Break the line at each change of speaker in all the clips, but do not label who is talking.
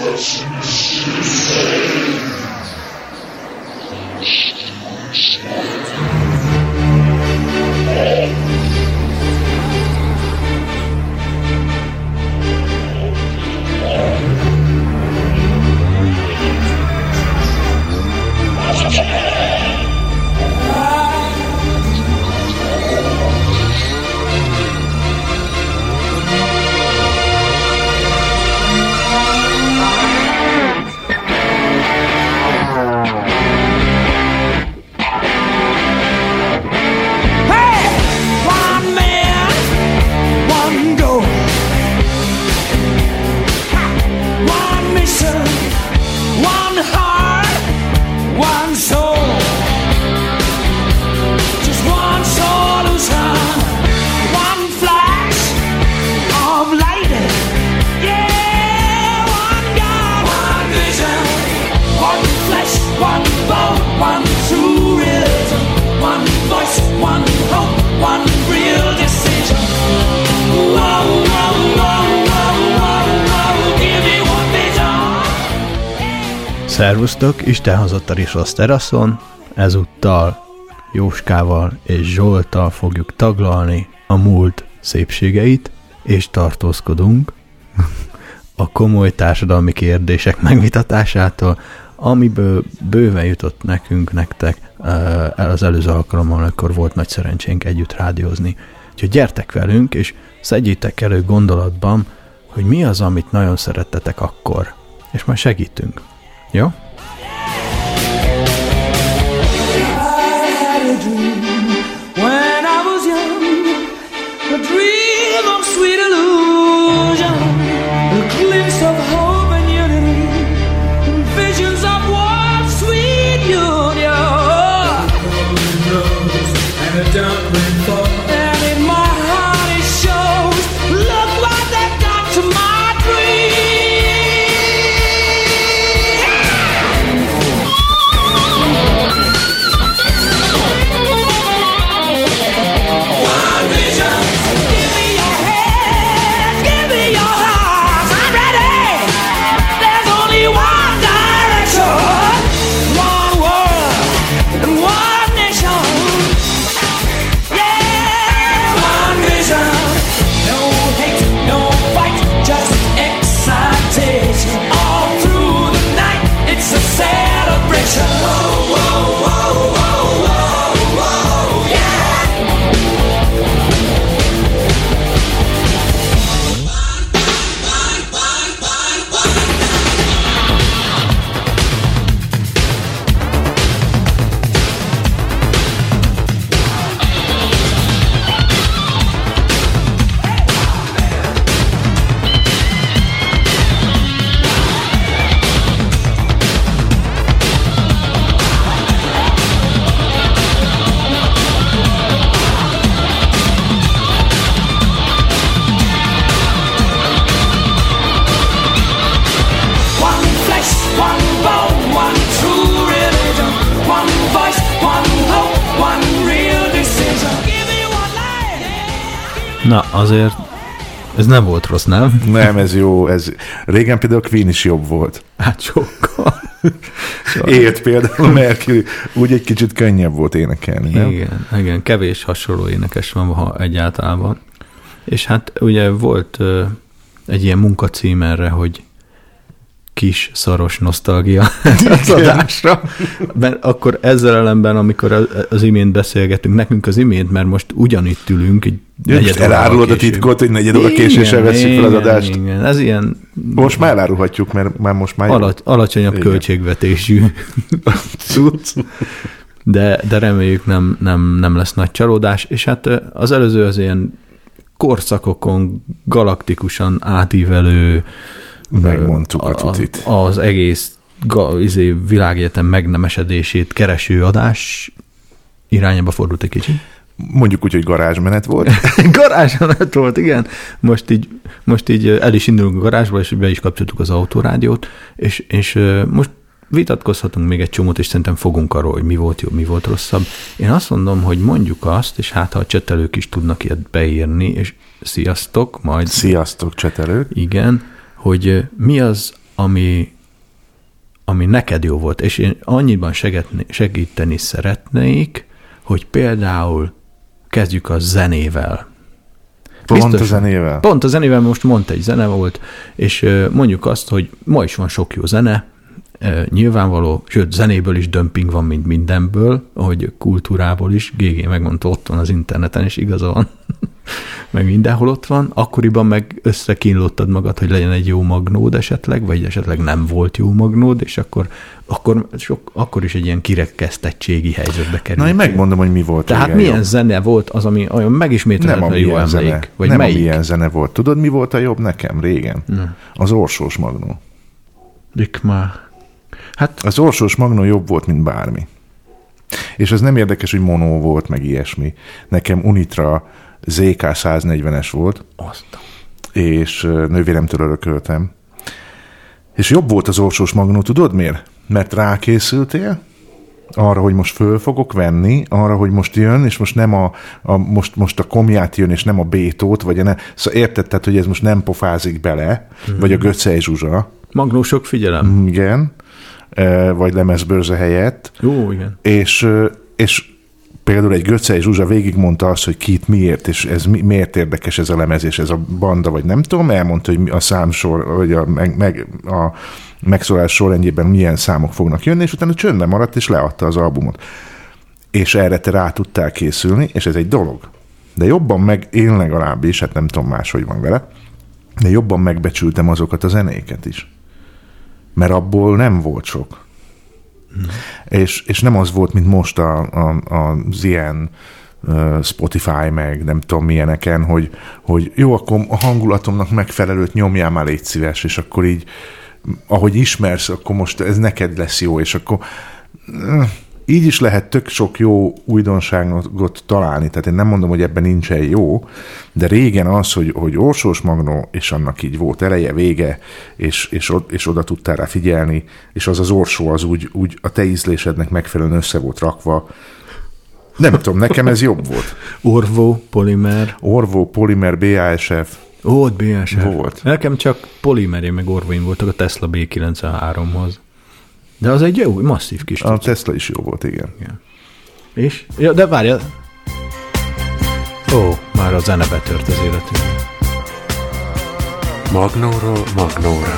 Szervusztok, Isten hozott a Risos teraszon, ezúttal Jóskával és Zsolttal fogjuk taglalni a múlt szépségeit, és tartózkodunk a komoly társadalmi kérdések megvitatásától, amiből bőven jutott nektek az előző alkalommal, amikor volt nagy szerencsénk együtt rádiózni. Úgyhogy gyertek velünk, és szedjétek elő gondolatban, hogy mi az, amit nagyon szerettetek akkor, és majd segítünk. Jó? Na, azért ez nem volt rossz, nem?
Nem, ez jó. Régen például a Queen is jobb volt.
Hát sokkal.
Élt például Mercury, úgy egy kicsit könnyebb volt énekelni, nem?
Igen, kevés hasonló énekes van, ha egyáltalán. És hát ugye volt egy ilyen munkacím erre, hogy kis szaros nosztalgia az adásra. Mert akkor ezzel ellenben, amikor az imént beszélgetünk, nekünk az imént, mert most ugyanitt ülünk, egy
negyed óra elárulod a titkot, hogy negyed óra késéssel veszünk fel az adást.
Igen, ez ilyen...
Most már elárulhatjuk, mert már most már...
Alacsonyabb költségvetésű cucc. De reméljük nem lesz nagy csalódás, és hát az előző az ilyen korszakokon galaktikusan átívelő
megmondtuk a tutit.
Az egész világegyetem megnemesedését kereső adás irányába fordult egy kicsit.
Mondjuk úgy, hogy garázsmenet volt.
Garázsmenet volt, igen. Most így el is indulunk a garázsba, és be is kapcsoltuk az autórádiót, és most vitatkozhatunk még egy csomót, és szerintem fogunk arról, hogy mi volt jobb, mi volt rosszabb. Én azt mondom, hogy mondjuk azt, és hát ha a csetelők is tudnak ilyet beírni, és sziasztok, majd...
Sziasztok, csetelők.
Igen, hogy mi az, ami neked jó volt, és én annyiban segíteni szeretnék, hogy például kezdjük a zenével.
Pont a zenével?
Pont a zenével, most mondta, egy zene volt, és mondjuk azt, hogy ma is van sok jó zene, nyilvánvaló, sőt, zenéből is dömping van, mint mindenből, ahogy kultúrából is, GG megmondta, ott van az interneten, és igaza van, meg mindenhol ott van, akkoriban meg összekínlottad magad, hogy legyen egy jó magnód esetleg, vagy esetleg nem volt jó magnód, és akkor is egy ilyen kirekesztettségi helyzetbe került.
Na, én megmondom, hogy mi volt.
Tehát milyen zene volt az, ami olyan megismételhető jó emlék? Vagy
nem
melyik?
a milyen zene volt. Tudod, mi volt a jobb nekem régen? Az Orsós Magnó.
Hát,
az Orsós Magnó jobb volt, mint bármi. És az nem érdekes, hogy monó volt, meg ilyesmi. Nekem Unitra ZK 140-es volt, és nővéremtől örököltem. És jobb volt az Orsós Magnó, tudod miért? Mert rákészültél arra, hogy most föl fogok venni, arra, hogy most jön, és most nem most a komját jön, és nem a bétót, vagy szóval érted, tehát, hogy ez most nem pofázik bele, vagy a Göcej Zsuzsa.
Magnósok figyelem.
Igen. Vagy lemezbőrze helyett.
Jó, igen.
És például egy Göcej Zsuzsa végigmondta azt, hogy kit miért, és ez miért érdekes ez a lemez, és ez a banda, vagy nem tudom, elmondta, hogy a számsor, vagy a megszólás sorrendjében milyen számok fognak jönni, és utána csöndben maradt, és leadta az albumot. És erre te rá tudtál készülni, és ez egy dolog. De jobban én legalábbis, hát nem tudom máshogy van vele, de jobban megbecsültem azokat a zenéket is. Mert abból nem volt sok. És nem az volt, mint most az ilyen Spotify, meg nem tudom milyeneken, hogy jó, akkor a hangulatomnak megfelelőt nyomjál már, légy szíves, és akkor így, ahogy ismersz, akkor most ez neked lesz jó, és akkor így is lehet tök sok jó újdonságot találni, tehát én nem mondom, hogy ebben nincsen jó, de régen az, hogy Orsós Magnó, és annak így volt eleje, vége, és oda tudtál rá figyelni, és az Orsó az úgy a te ízlésednek megfelelően össze volt rakva. Nem tudom, nekem ez jobb volt.
Orvó, Polimer,
BASF.
Ott BASF.
Volt.
Nekem csak Polimeré meg Orvóim voltak a Tesla B93-hoz. De az egy jó, masszív kis
A Tesla is jó volt, igen.
És? Ja, de várjál. Már a zene betört az életünk.
Magnóról Magnóra.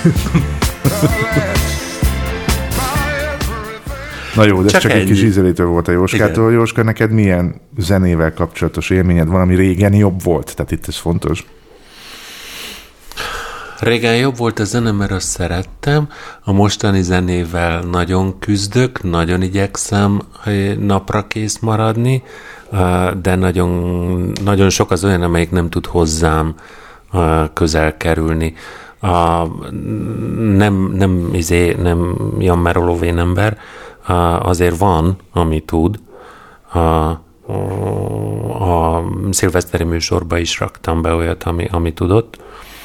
Na jó, de csak egy kis ízelítő volt a Jóskától. Jóska, neked milyen zenével kapcsolatos élményed van, ami régen jobb volt? Tehát itt ez fontos.
Régen jobb volt a zene, mert azt szerettem. A mostani zenével nagyon küzdök, nagyon igyekszem napra kész maradni, de nagyon, nagyon sok az olyan, amelyik nem tud hozzám közel kerülni. Nem Jan Merolóvén ember, azért van, ami tud. A szilveszteri műsorba is raktam be olyat, ami tudott.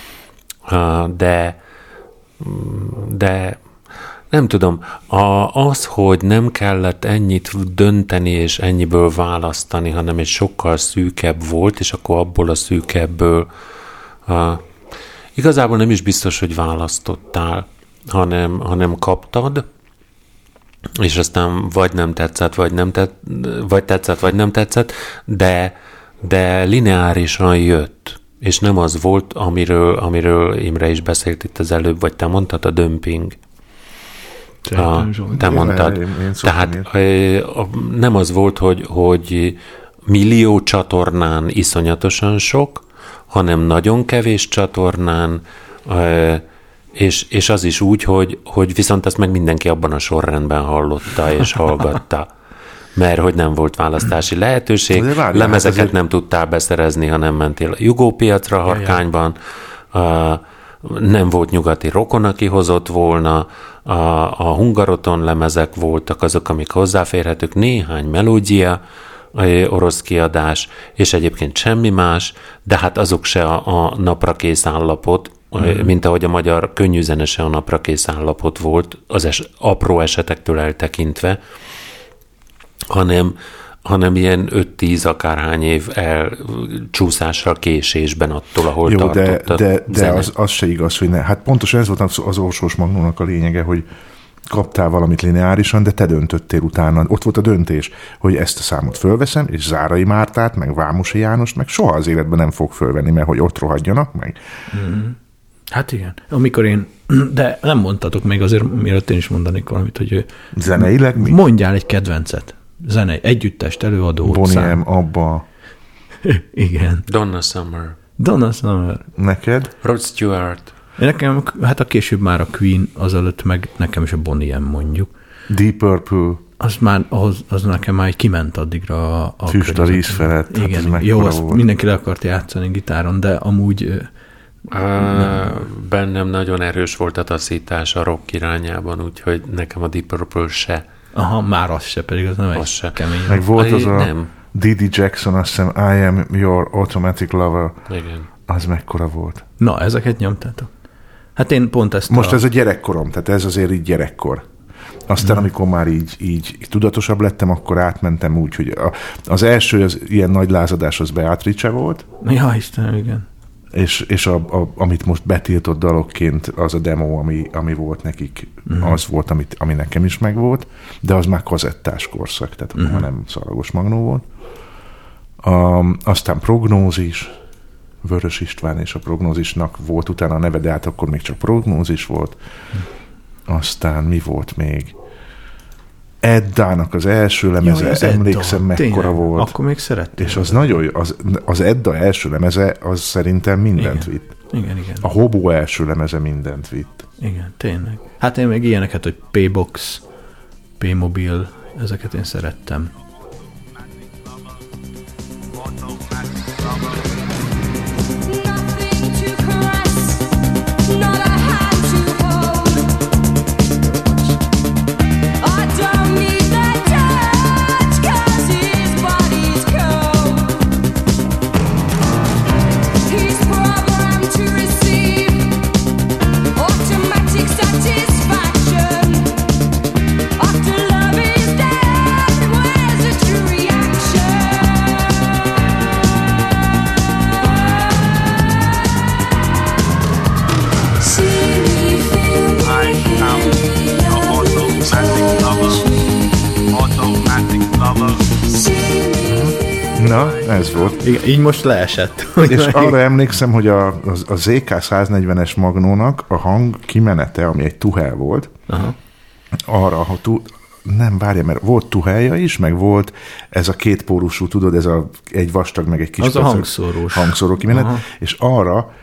De nem tudom, az, hogy nem kellett ennyit dönteni és ennyiből választani, hanem egy sokkal szűkebb volt, és akkor abból a szűkebből igazából nem is biztos, hogy választottál, hanem kaptad, és aztán vagy nem tetszett, vagy nem tetszett, de lineárisan jött. És nem az volt, amiről Imre is beszélt itt az előbb, vagy te mondtad, a dömping. Te mondtad. Tehát nem az volt, hogy millió csatornán iszonyatosan sok, hanem nagyon kevés csatornán, és az is úgy, hogy viszont ezt meg mindenki abban a sorrendben hallotta és hallgatta. Mert hogy nem volt választási lehetőség, lemezeket nem tudtál beszerezni, ha nem mentél a jugópiacra Harkányban, nem volt nyugati rokon, aki hozott volna, a Hungaroton lemezek voltak azok, amik hozzáférhetők, néhány melódia, orosz kiadás, és egyébként semmi más, de hát azok se a naprakész állapot, mint ahogy a magyar könnyűzene se a naprakész állapot volt, az apró esetektől eltekintve, hanem hanem ilyen 5-10 akárhány év elcsúszással, késésben attól, ahol tartott
de az se igaz, hogy ne. Hát pontosan ez volt az Orsós Magnónak a lényege, hogy kaptál valamit lineárisan, de te döntöttél utána. Ott volt a döntés, hogy ezt a számot fölveszem, és Zárai Mártát, meg Vámosi Jánost, meg soha az életben nem fog fölvenni, mert hogy ott rohadjanak meg.
Hát igen. De nem mondtatok még azért, mielőtt én is mondanék valamit, hogy
zeneileg mi?
Mondjál egy kedvencet. Zenei, együttest, előadót.
Bonnie M, Abba.
Igen.
Donna Summer.
Neked?
Rod Stewart.
Nekem, hát a később már a Queen, azelőtt meg nekem is a Bonnie M mondjuk.
Deep Purple.
Az nekem már kiment addigra a
Füst a víz felett.
Igen,
hát
jó, azt mindenki le akart játszani gitáron, de amúgy...
Bennem nagyon erős volt a taszítás a rock irányában, úgyhogy nekem a Deep Purple se.
Aha, már az se, pedig az nem
az
egy kemény.
Meg volt az a Didi Jackson, azt hiszem, I Am Your Automatic Lover.
Igen.
Az mekkora volt.
Na, ezeket nyomtátok? Hát én pont ezt
most ez a gyerekkorom, tehát ez azért így gyerekkor. Aztán, amikor már így tudatosabb lettem, akkor átmentem úgy, hogy az első az ilyen nagy lázadás az Beatrice volt.
Ja, Istenem, igen.
És amit most betiltott dalokként, az a demo, ami volt nekik, az volt, ami nekem is megvolt, de az már kazettás korszak, tehát már nem Szalagos Magnó volt. Aztán Prognózis, Vörös István és a Prognózisnak volt utána a neve, de hát akkor még csak Prognózis volt. Aztán mi volt még? Eddának az első lemeze, emlékszem, mekkora volt.
Akkor még szerettem.
És az nagyon jó, az Edda első lemeze, az szerintem mindent vitt.
Igen.
A Hobo első lemeze mindent vitt.
Igen, tényleg. Hát én még ilyeneket, hogy P-Box, P-Mobil, ezeket én szerettem.
Na, ez volt.
Igen, így most leesett.
És arra emlékszem, hogy a ZK 140-es Magnónak a hang kimenete, ami egy tuhel volt, arra, ha nem, várja, mert volt tuhelja is, meg volt ez a kétpórusú, tudod, ez egy vastag, meg egy kis
az a hangszóró
kimenet, és arra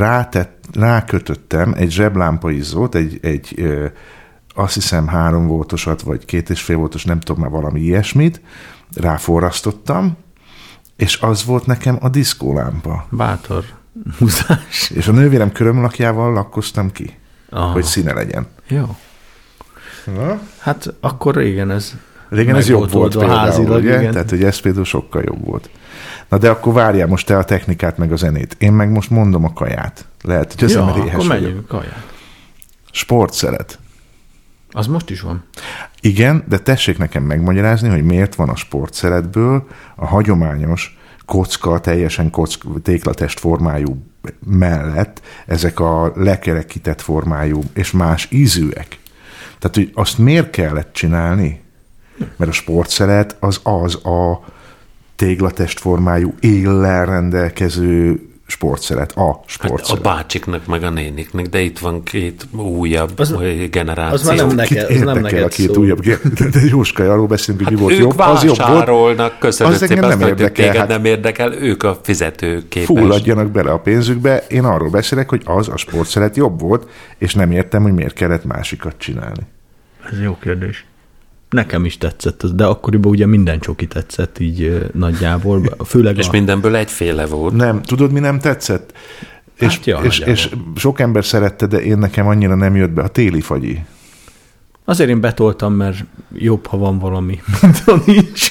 rákötöttem egy zseblámpaizzót, egy azt hiszem 3 voltosat, vagy 2,5 voltos, nem tudom már valami ilyesmit, ráforrasztottam, és az volt nekem a diszkólámpa.
Bátor húzás.
És a nővérem körömlakjával lakkoztam ki, hogy színe legyen.
Jó.
Na?
Hát akkor régen ez
jobb volt például,
házilag,
ugye?
Igen.
Tehát, hogy ez például sokkal jobb volt. Na de akkor várjál most te a technikát meg a zenét. Én meg most mondom a kaját. Lehet, hogy
ja, akkor megyünk kaját.
Sportszeret.
Az most is van.
Igen, de tessék nekem megmagyarázni, hogy miért van a sportszeretből a hagyományos teljesen téklatest formájú mellett ezek a lekerekített formájú és más ízűek. Tehát, hogy azt miért kellett csinálni? Mert a sportszeret az a téglatest formájú, éllel rendelkező sportszeret, a sportszeret.
Hát a bácsiknak meg a néniknek, de itt van 2 újabb generáció.
Az már nem neked
a 2 újabb de Jóska, arról beszélünk, hogy mi volt jobb.
Az jobb volt. Köszönöm szépen,
nem érdekel.
Nem érdekel, ők a fizetőképes.
Fulladjanak bele a pénzükbe, én arról beszélek, hogy az a sportszeret jobb volt, és nem értem, hogy miért kellett másikat csinálni.
Ez jó kérdés. Nekem is tetszett, de akkoriban ugye minden csoki tetszett így nagyjából. Főleg
és mindenből egyféle volt.
Nem, tudod, mi nem tetszett?
Hát
és sok ember szerette, de én nekem annyira nem jött be a téli fagyi.
Azért én betoltam, mert jobb, ha van valami, mint ha nincs.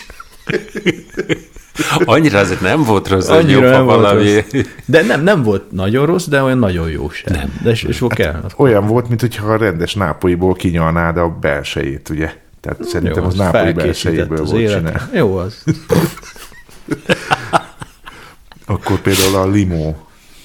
Annyira azért nem volt rossz, hogy jobb, ha valami.
Rossz. De nem volt nagyon rossz, de olyan nagyon jó sem. Nem. De sok kell.
Olyan volt, mintha a rendes nápolyból kinyalnád a belsejét, ugye? Tehát szerintem az Nápoli belsejéből volt csinálva.
Jó az.
Akkor például a limó.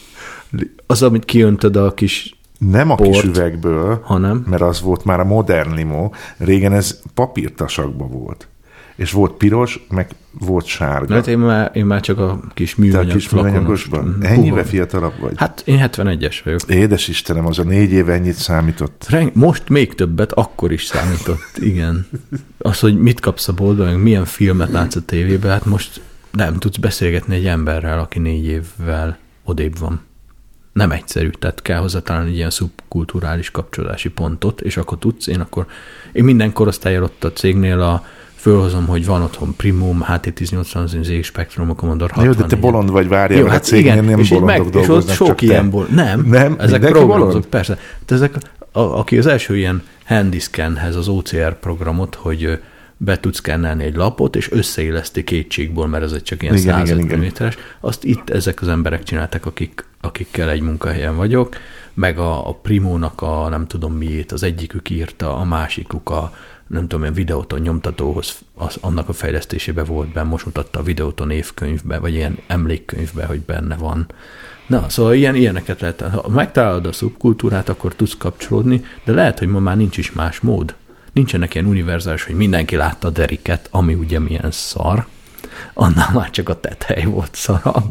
Az, amit kiöntöd a kis
nem a
port,
kis üvegből,
hanem,
mert az volt már a modern limó. Régen ez papírtasakban volt. És volt piros, meg volt sárga.
Hát én már csak a kis műanyag
flakonosban. Ennyivel fiatalabb vagy?
Hát én 71-es vagyok.
Édes Istenem, az a 4 éve ennyit számított.
Most még többet, akkor is számított, igen. Az, hogy mit kapsz a boltban, meg milyen filmet látsz a tévében, hát most nem tudsz beszélgetni egy emberrel, aki 4 évvel odébb van. Nem egyszerű, tehát kell hozzátalálni egy ilyen szubkulturális kapcsolási pontot, és akkor tudsz, én minden korosztályjal ott a cégnél fölhozom, hogy van otthon Primum, HT1080, ZX Spectrum, a Commodore 64.
Jó, de te bolond vagy, várjál,
jó, hát
a cégnél
igen,
nem
és
bolondok dolgoznak,
és ott sok ilyen Nem, ezek programozók, persze. Ezek, aki az első ilyen handyscanhez az OCR programot, hogy be tudsz szkennelni egy lapot, és összeilleszti két csíkból, mert ez egy csak ilyen 150 méteres. Azt itt ezek az emberek csináltak, akikkel egy munkahelyen vagyok, meg a Primónak nem tudom miét, az egyikük írta, a másikuk nem tudom, ilyen Videóton nyomtatóhoz annak a fejlesztésébe volt benne, most mutatta a Videóton évkönyvbe, vagy ilyen emlékkönyvbe, hogy benne van. Na, szóval ilyeneket lehet. Ha megtalálod a szubkultúrát, akkor tudsz kapcsolódni, de lehet, hogy ma már nincs is más mód. Nincsenek ilyen univerzális, hogy mindenki látta a Deriket, ami ugye milyen szar. Annál már csak a tethely volt szarabb.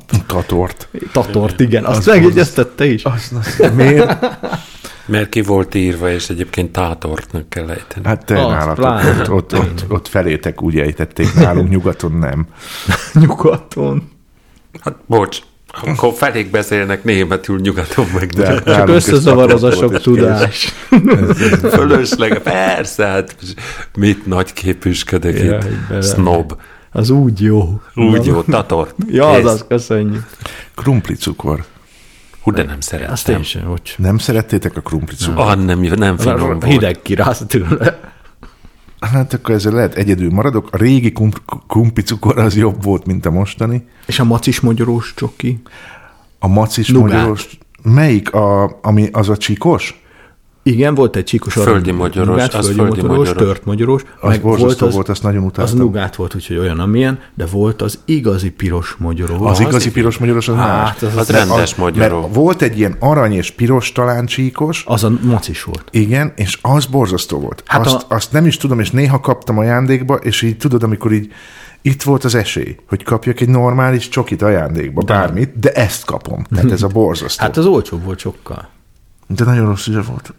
Tatort, igen. Azt megjegyeztette is.
Miért?
Mert ki volt írva, és egyébként Tátortnak kell ejteni.
Hát te nálatok, ott felétek úgy ejtették, nálunk nyugaton nem.
Nyugaton?
Hát bocs, akkor felék beszélnek németül, nyugaton meg.
Csak összezavar az a sok tudás.
Fölösleg, persze, hát mit nagyképűsködök itt, sznob.
Az úgy jó.
Úgy jó, Tatort.
Ja, az köszönjük.
Krumplicukor.
Hú, de nem szerettem.
Azt én sem, hogy.
Nem szerettétek a krumplicukor?
Nem finom volt.
Hideg kirász tőle.
Hát akkor ezzel lehet egyedül maradok. A régi krumplicukor az jobb volt, mint a mostani.
És a macis magyarós csoki?
A macis magyarós... Melyik? Ami az a csíkos?
Igen, volt egy csíkos
földi magyarós,
tört magyarós.
Az borzasztó volt, azt nagyon utáltam.
Az nugát volt, úgyhogy olyan, amilyen, de volt az igazi piros magyarós.
Az igazi piros magyarós az más.
Az rendes magyaró.
Mert volt egy ilyen arany és piros talán csíkos.
Az a macis volt.
Igen, és az borzasztó volt. Hát azt nem is tudom, és néha kaptam ajándékba, és így tudod, amikor így itt volt az esély, hogy kapjak egy normális csokit ajándékba, bármit, de ezt kapom. Tehát ez a borzasztó.
Hát az olcsóbb volt sokkal.
De nagyon rossz üze volt.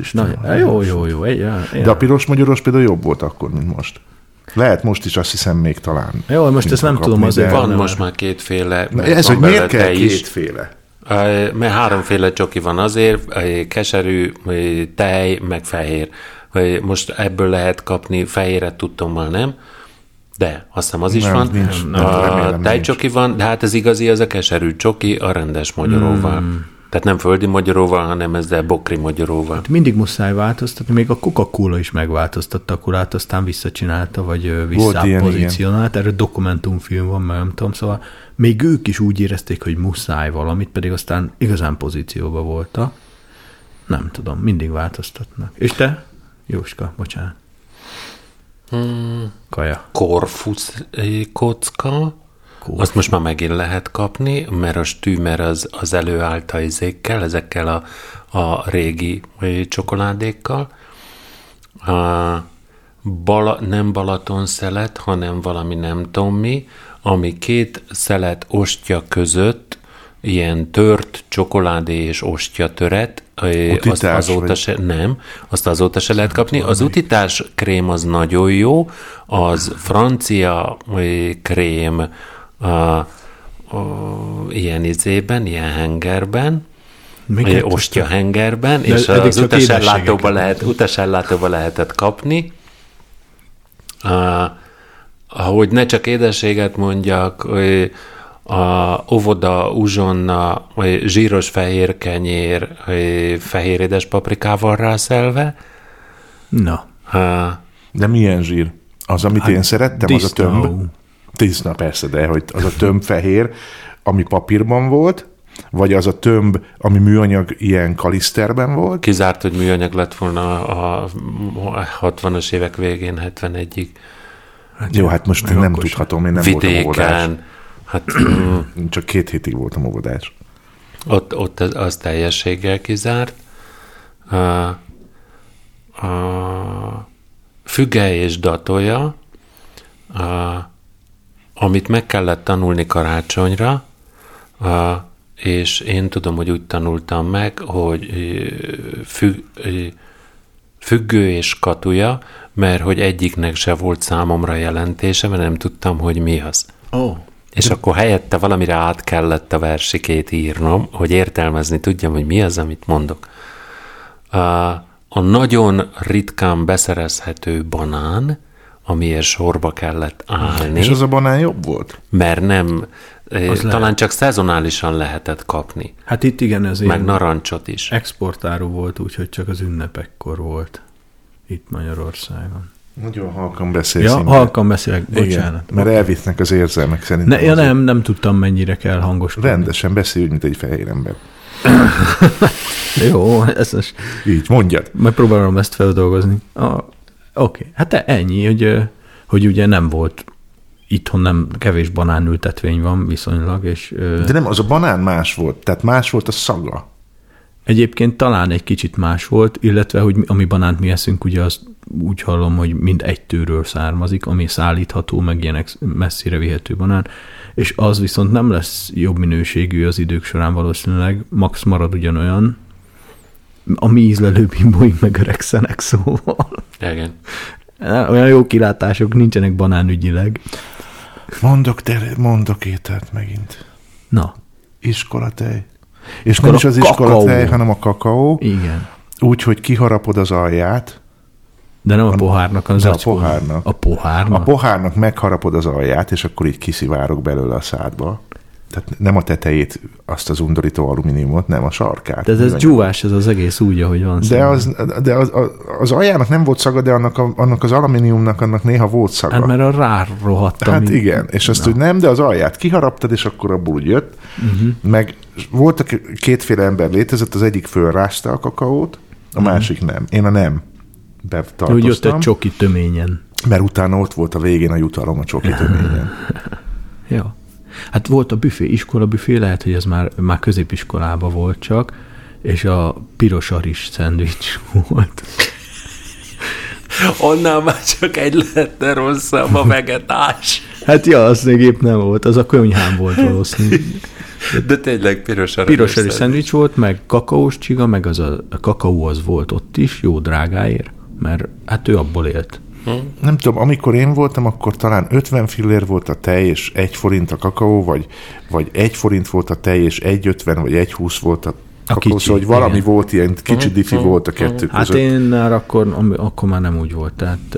Jó.
De a piros magyaros például jobb volt akkor, mint most. Lehet most is, azt hiszem még talán.
Jó, most ezt nem tudom, azért
van most már kétféle.
Ez, hogy miért kell kétféle?
Mert háromféle csoki van azért, keserű, tej, meg fehér. Most ebből lehet kapni, fehéret tudtam már nem, de azt hiszem az is van. A tejcsoki van, de hát az igazi, az a keserű csoki, a rendes magyaróval. Tehát nem földi magyaróval, hanem ezzel bokri magyaróval.
Hát mindig muszáj változtatni, még a Coca-Cola is megváltoztatta, akkor aztán visszacsinálta, vagy visszapozícionált. Erről dokumentumfilm van, mert nem tudom, szóval még ők is úgy érezték, hogy muszáj valamit, pedig aztán igazán pozícióban voltak. Nem tudom, mindig változtatnak. És te? Jóska, bocsánat. Kaja.
Korfusz kocka. Azt most már megint lehet kapni, mert a stűmer az előállt a izékkel, ezekkel a régi csokoládékkal. Nem Balaton szelet, hanem valami nem tudom mi, ami két szelet ostya között ilyen tört csokoládé és ostya töret, azt azóta se lehet kapni. Az utitás krém az nagyon jó, az francia krém ilyen izében, ilyen hengerben, ostya hengerben, és az utasellátóba lehetett kapni. Ahogy ne csak édességet mondjak, a óvoda uzsonna, zsíros fehér kenyér, fehér édes paprikával rászelve.
Na.
De milyen zsír? Az, amit én szerettem, az a tömb. Tiszta, persze, de hogy az a tömbfehér, ami papírban volt, Vagy az a tömb, ami műanyag ilyen kaliszterben volt?
Kizárt, hogy műanyag lett volna a 60-as évek végén, 71-ig.
Hát jó, hát most én nem tudhatom, én nem
vidéken,
voltam óvodás.
Hát,
csak 2 hétig voltam óvodás.
Ott az teljességgel kizárt. Füge és datolja, amit meg kellett tanulni karácsonyra, és én tudom, hogy úgy tanultam meg, hogy függő és katuja, mert hogy egyiknek se volt számomra jelentése, mert nem tudtam, hogy mi az.
Oh.
És akkor helyette valamire át kellett a versikét írnom, hogy értelmezni tudjam, hogy mi az, amit mondok. A nagyon ritkán beszerezhető banán, amiért sorba kellett állni.
És az a banán jobb volt?
Mert nem, talán csak szezonálisan lehetett kapni.
Hát itt igen, ez
meg narancsot is.
Exportáru volt, úgyhogy csak az ünnepekkor volt itt Magyarországon.
Nagyon halkan beszélsz.
Ja, halkan beszélek, bocsánat.
Igen, mert elvisznek az érzelmek szerintem.
Nem tudtam, mennyire kell hangoskodni.
Rendesen beszélj, mint egy fehér ember.
Jó, ez most...
Így, mondjad.
Megpróbálom ezt feldolgozni. Oké. Hát ennyi, hogy ugye nem volt itthon, nem kevés banánültetvény van viszonylag, és...
De nem, az a banán más volt, tehát más volt a szaga.
Egyébként talán egy kicsit más volt, illetve, hogy ami banánt mi eszünk, ugye azt úgy hallom, hogy mind egy tőről származik, ami szállítható, meg ilyen messzire vihető banán, és az viszont nem lesz jobb minőségű az idők során valószínűleg, max marad ugyanolyan, a mi ízlelő bimbóink megöregszenek, szóval.
Igen.
Olyan jó kilátások nincsenek banánügyileg.
Mondok ételt megint.
Na.
Iskolatej. És nem is az iskolatej, hanem a kakaó.
Igen.
Úgy, hogy kiharapod az alját.
De nem a pohárnak, az
a pohárnak.
A pohárnak?
A pohárnak megharapod az alját, és akkor így kiszivárok belőle a szádba. Tehát nem a tetejét, azt az undorító alumíniumot, nem a sarkát.
De ez dzsúvás, ez az egész úgy, ahogy van.
De az aljának nem volt szaga, de annak az alumíniumnak annak néha volt szaga.
Hát mert rárohadtam.
Hát igen, és azt úgy nem, de az alját kiharaptad, és akkor abból úgy jött. Meg voltak 2 ember létezett, az egyik fölrázta a kakaót, a másik nem. Én a nem betartoztam.
Úgy jött egy csoki töményen.
Mert utána ott volt a végén a jutalom a csoki töményen.
Ja. Hát volt a büfé, iskola büfé, lehet, hogy ez már középiskolában volt csak, és a piros aris szendvics volt.
Onnan már csak egy lehetne rosszabb a vegetás.
Hát ja, az még épp nem volt, az a konyhán volt valószínűleg.
De tényleg piros aris
szendvics volt, meg kakaós csiga, meg az a kakaó az volt ott is, jó drágáért, mert hát ő abból élt.
Nem tudom, amikor én voltam, akkor talán 50 fillér volt a tej, és 1 forint a kakaó, vagy 1 forint volt a tej, és 1,50 vagy 1,20 volt a kakaó, szóval, hogy valami igen. Volt, ilyen kicsi diffi volt a kettő között.
Hát én már akkor már nem úgy volt, tehát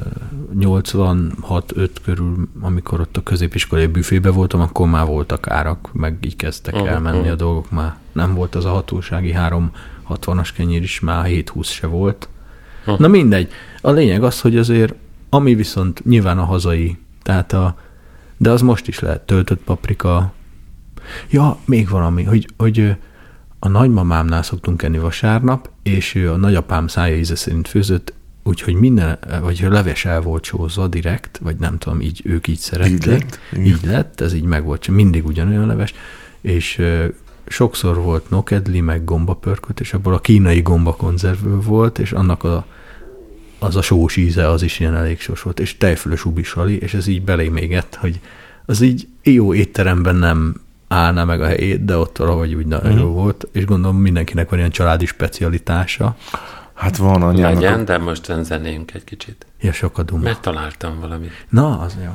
86-5 körül, amikor ott a középiskolai büfébe voltam, akkor már voltak árak, meg így kezdtek elmenni a dolgok, már nem volt az a hatósági 3,60-as kenyér is, már 7,20 se volt. Na mindegy. A lényeg az, hogy azért, ami viszont nyilván a hazai, tehát de az most is lehet töltött paprika. Ja, még valami, hogy a nagymamámnál szoktunk enni vasárnap, és ő a nagyapám szája íze szerint főzött, úgyhogy vagy leves el volt sózva direkt, vagy nem tudom, ők így szerették. Így lett, ez így meg volt, mindig ugyanolyan leves, és sokszor volt nokedli, meg gombapörköt, és abból a kínai gombakonzervből volt, és annak az a sós íze, az is ilyen elég sós volt, és tejfölös ubisali, és ez így belém égett, hogy az így jó étteremben nem állná meg a helyét, de ott valahogy úgy nagyon jó volt, és gondolom mindenkinek van ilyen családi specialitása.
Hát van anyának.
Legyen, de most zenéljünk egy kicsit.
Ja, sokat duma.
Megtaláltam valamit.
Na, az jó.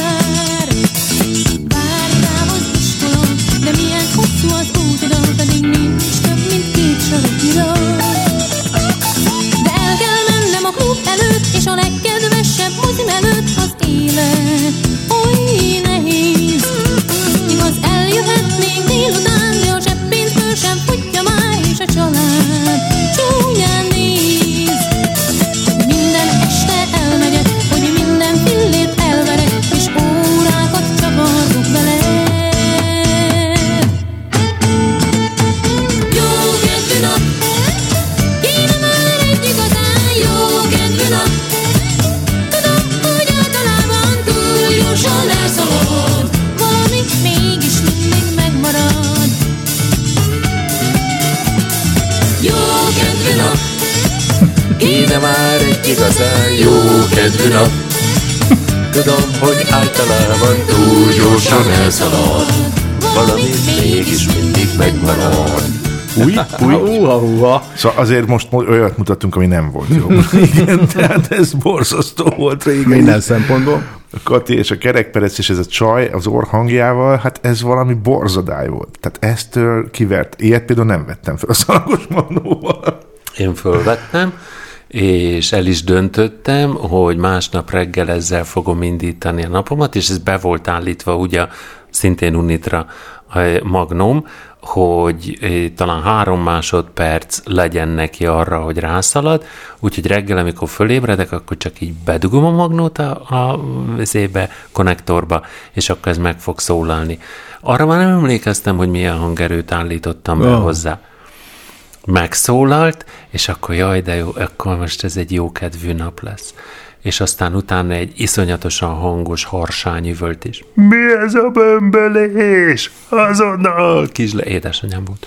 Hosszú az út, de pedig
igazán jó kedvű nap. Tudom, hogy általában túl gyorsan elszalad, valami mégis mindig megmarad.
Szóval azért most olyat mutattunk, ami nem volt jó. Igen, tehát ez borzasztó volt régen.
Minden szempontból.
A Kati és a kerekperec és ez a csaj az orrhangjával, hát ez valami borzadály volt. Tehát eztől kivert. Ilyet például nem vettem fel a Szalagos Manóval.
Én fölvettem, és el is döntöttem, hogy másnap reggel ezzel fogom indítani a napomat, és ez be volt állítva ugye szintén Unitra Magnum, hogy talán 3 másodperc legyen neki arra, hogy rászalad, úgyhogy reggel, amikor fölébredek, akkor csak így bedugom a magnót a konnektorba, és akkor ez meg fog szólalni. Arra már nem emlékeztem, hogy milyen hangerőt állítottam be hozzá. Megszólalt, és akkor jaj, de jó, akkor most ez egy jó kedvű nap lesz. És aztán utána egy iszonyatosan hangos harsányüvöltés. Mi ez a bömbölés? Azonnal! Édesanyám volt.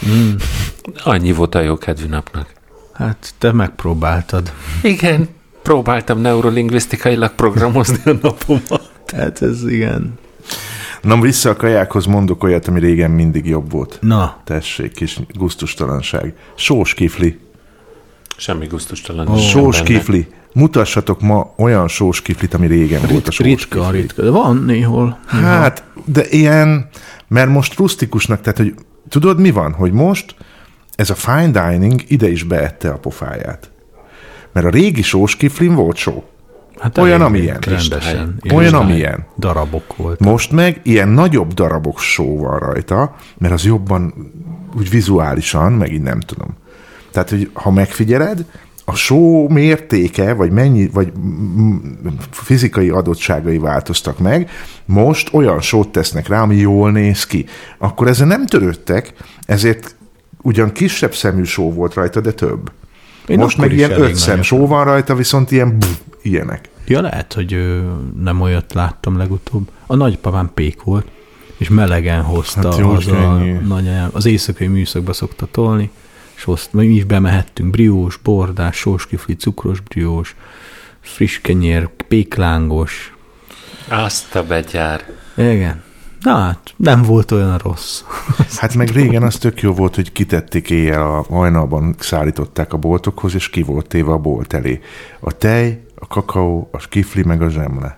Annyi volt a jó kedvű napnak.
Hát te megpróbáltad.
Igen, próbáltam neurolingvisztikailag programozni a napomat.
Hát ez igen.
Na, vissza a kajákhoz mondok olyat, ami régen mindig jobb volt.
Na.
Tessék, kis gusztustalanság. Sós kifli.
Semmi gusztustalanság.
Sós kifli. Mutassatok ma olyan sós kiflit, ami régen volt a sós kifli.
Ritka, de van néhol.
Hát, de ilyen, mert most rustikusnak, tehát, hogy tudod, mi van? Hogy most ez a fine dining ide is beette a pofáját. Mert a régi sós kiflin volt só.
Hát
olyan, amilyen.
Rendesen.
Olyan, amilyen.
Darabok volt.
Most meg ilyen nagyobb darabok só van rajta, mert az jobban úgy vizuálisan, meg így nem tudom. Tehát, hogy ha megfigyeled, a só mértéke, vagy mennyi, vagy fizikai adottságai változtak meg, most olyan sót tesznek rá, ami jól néz ki. Akkor ezzel nem törődtek, ezért ugyan kisebb szemű só volt rajta, de több. Most meg ilyen 5 szem só van rajta, viszont ilyenek.
Ja, lehet, hogy nem olyat láttam legutóbb. A nagypapám pék volt, és melegen hozta, hát az éjszakai műszakba szokta tolni, és mi is bemehettünk, briós, bordás, sóskifli, cukros briós, friss kenyér, péklángos.
Azt a betyár.
Igen. Na hát, nem volt olyan rossz.
Hát meg régen az tök jó volt, hogy kitették éjjel, a hajnalban szállították a boltokhoz, és ki volt téve a bolt elé. A tej, a kakaó, a kifli, meg a zsemle.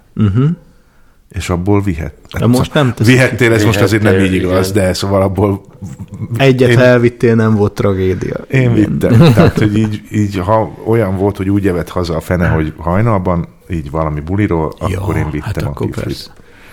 És abból vihettél, ez most azért nem így igaz, de szóval abból...
Egyet elvittél, nem volt tragédia.
Én vittem. Tehát, hogy így, ha olyan volt, hogy úgy evett haza a fene, hogy hajnalban, így valami buliról, akkor én vittem a kiflit.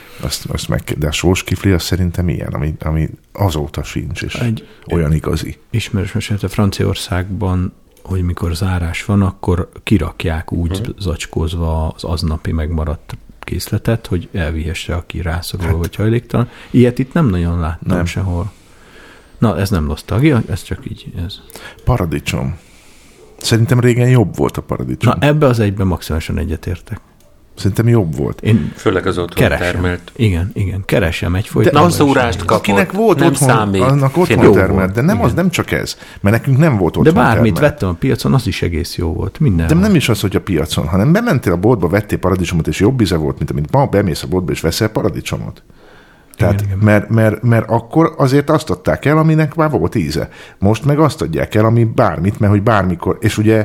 De a sós kifli az szerintem ilyen, ami azóta sincs, és olyan igazi.
Ismerős mesélte Franciaországban, hogy mikor zárás van, akkor kirakják úgy zacskózva az aznapi megmaradt készletet, hogy elvihesse, aki rászorul, vagy hajléktalan. Ilyet itt nem nagyon láttam sehol. Na, ez nem nosztalgia, ez csak így. Ez.
Paradicsom. Szerintem régen jobb volt a paradicsom.
Na, ebbe az egyben maximálisan egyetértek.
Szerintem jobb volt.
Én
főleg az otthon termelt.
Igen, keresem egyfolyt.
De az órást kapott.
Akinek volt
nem
otthon,
számít.
Annak otthon termelt, de nem, az nem csak ez. Mert nekünk nem volt otthon
de bármit
termelt.
vettem a piacon, az is egész jó volt. Minden.
De nem is az, hogy a piacon, hanem bementél a boltba, vettél paradicsomot, és jobb íze volt, mint amit ma bemész a boltba, és veszel paradicsomot. Tehát, igen. Mert akkor azért azt adták el, aminek már volt íze. Most meg azt adják el, ami bármit, mert hogy bármikor, és ugye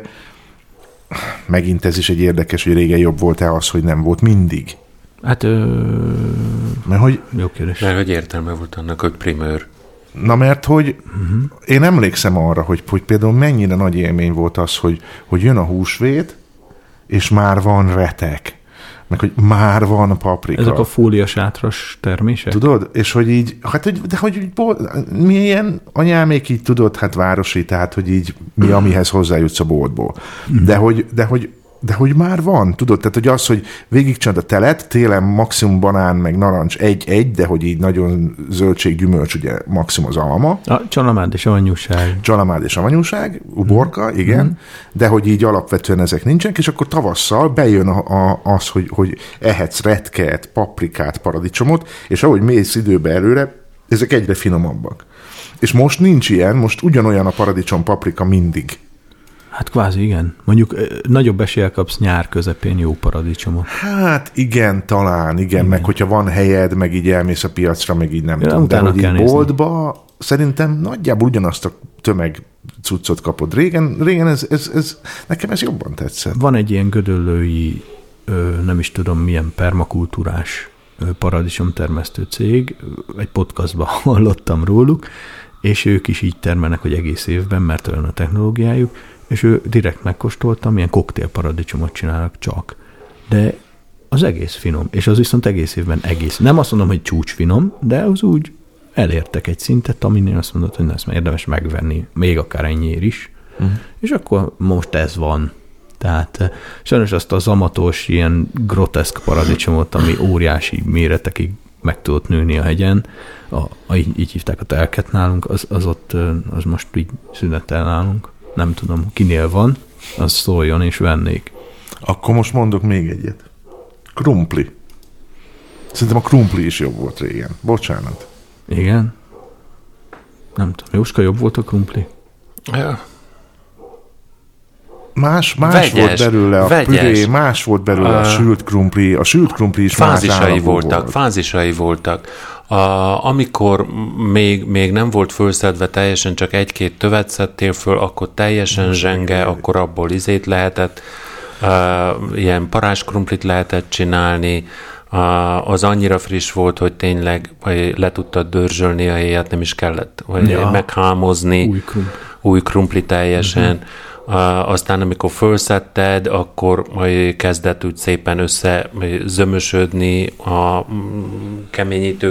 megint ez is egy érdekes, hogy régen jobb volt-e az, hogy nem volt mindig.
Hát,
mert hogy...
Jó kérdés.
Mert hogy értelme volt annak, hogy primőr.
Na mert, hogy én emlékszem arra, hogy például mennyire nagy élmény volt az, hogy jön a húsvét, és már van retek. Meg hogy már van paprika.
Ezek a fóliasátras termések?
Tudod? És hogy így, hát de hogy milyen anyámék így tudod, hát városi, tehát hogy így mi, amihez hozzájutsz a boltból. De hogy már van, tudod? Tehát, hogy az, hogy végigcsinálod a telet, télen maximum banán, meg narancs egy, de hogy így nagyon zöldség, gyümölcs, ugye maximum az alma.
A csalamád és avanyúság.
Csalámád és avanyúság, uborka, igen, de hogy így alapvetően ezek nincsenek, és akkor tavasszal bejön az, hogy ehetsz retket, paprikát, paradicsomot, és ahogy mész időbe előre, ezek egyre finomabbak. És most nincs ilyen, most ugyanolyan a paradicsom, paprika mindig.
Hát kvázi igen. Mondjuk nagyobb eséllyel kapsz nyár közepén jó paradicsomot.
Hát igen, talán, igen. Meg hogyha van helyed, meg így elmész a piacra, meg így nem tudom. De hogy így boltba szerintem nagyjából ugyanazt a tömeg cuccot kapod. Régen ez nekem ez jobban tetszett.
Van egy ilyen gödöllői, nem is tudom milyen permakultúrás paradicsomtermesztő cég, egy podcastban hallottam róluk, és ők is így termelnek, hogy egész évben, mert olyan a technológiájuk, és ő direkt megkóstoltam, milyen koktélparadicsomot csinálnak csak. De az egész finom, és az viszont egész évben egész. Nem azt mondom, hogy csúcsfinom, de az úgy elértek egy szintet, aminél azt mondod, hogy ezt érdemes megvenni, még akár ennyiért is. És akkor most ez van. Tehát sajnos azt a zamatos, ilyen groteszk paradicsomot, ami óriási méretekig meg tudott nőni a hegyen, így hívták a telket nálunk, az most így szünetel nálunk. Nem tudom, kinél van, az szóljon és vennék.
Akkor most mondok még egyet. Krumpli. Szerintem a krumpli is jobb volt régen. Bocsánat.
Igen? Nem tudom. Jóska, jobb volt a krumpli?
Ja.
Más volt belőle a püré, más volt belőle a sült krumpli. A sült krumpli is
fázisai voltak. Fázisai voltak. Amikor még nem volt fölszedve teljesen, csak egy-két tövet szedtél föl, akkor teljesen zsenge, akkor abból izét lehetett, ilyen parázskrumplit lehetett csinálni, az annyira friss volt, hogy tényleg le tudtad dörzsölni a héját, nem is kellett meghámozni, új krumpli teljesen. Aztán amikor fölszedted, akkor kezdett úgy szépen összezömösödni, keményítő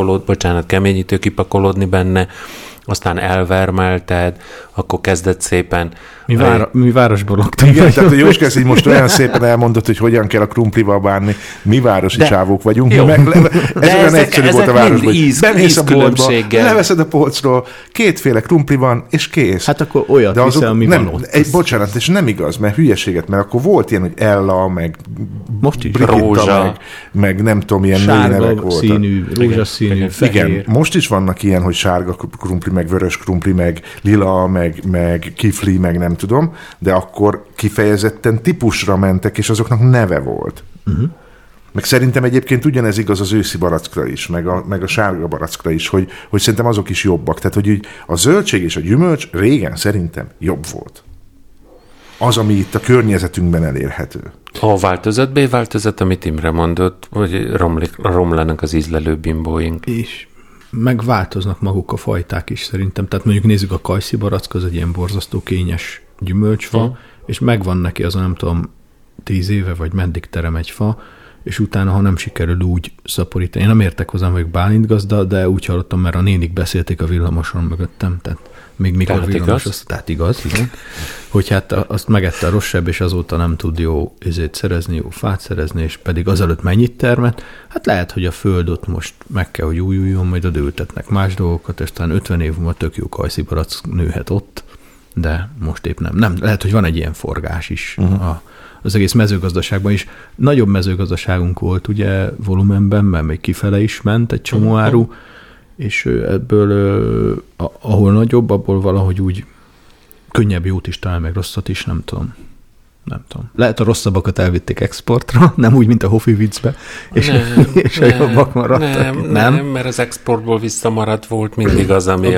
kipakolódni benne, aztán elvermelted, akkor kezdett szépen...
Mi városból laktunk.
Igen, tehát a Jóska ezt így most olyan szépen elmondott, hogy hogyan kell a krumplival bánni. Mi városi csávók vagyunk. Ez olyan egyszerű volt a városban. Bemész a boltba, leveszed a polcról, kétféle krumpli van, és kész.
Hát akkor olyat viszel, ami van ott.
Bocsánat, és nem igaz, mert hülyeséget, mert akkor volt ilyen, hogy Ella, meg
most is
Brigitta, meg nem tudom, ilyen női nevek voltak.
Színű, rózsaszínű, fehér.
Igen, most is vannak ilyen, hogy sárga krumpli, meg vörös krumpli, meg lila, meg kifli, meg nem tudom, de akkor kifejezetten típusra mentek, és azoknak neve volt. Meg szerintem egyébként ugyanez igaz az őszi barackra is, meg a sárga barackra is, hogy szerintem azok is jobbak. Tehát, hogy a zöldség és a gyümölcs régen szerintem jobb volt. Az, ami itt a környezetünkben elérhető.
A változat, B változat, amit Imre mondott, hogy romlanak az ízlelő bimbóink.
És megváltoznak maguk a fajták is szerintem. Tehát mondjuk nézzük a kajszi barack, az egy ilyen borzasztó kényes gyümölcsfa, és megvan neki az, nem tudom, 10 éve, vagy meddig terem egy fa, és utána, ha nem sikerül úgy szaporítani. Én nem értek hozzám, vagyok bálintgazda, de úgy hallottam, mert a nénik beszélték a villamoson mögöttem, tehát még mikor villamos, tehát igaz, igen, hogy hát azt megette a rosszabb, és azóta nem tud jó szerezni, jó fát szerezni, és pedig azelőtt mennyit termet, hát lehet, hogy a föld ott most meg kell, hogy újuljon, majd odültetnek más dolgokat, és talán 50 év múlva tök jó kajszibarack nőhet ott, de most épp nem. Nem, lehet, hogy van egy ilyen forgás is az egész mezőgazdaságban is. Nagyobb mezőgazdaságunk volt ugye volumenben, mert még kifele is ment egy csomó áru, és ebből, ahol nagyobb, abból valahogy úgy könnyebb jót is talál, meg rosszat is, nem tudom. Lehet a rosszabbakat elvitték exportra, nem úgy, mint a Hofi viccbe, és a jobbak maradtak.
Nem, mert az exportból visszamaradt volt mindig az, ami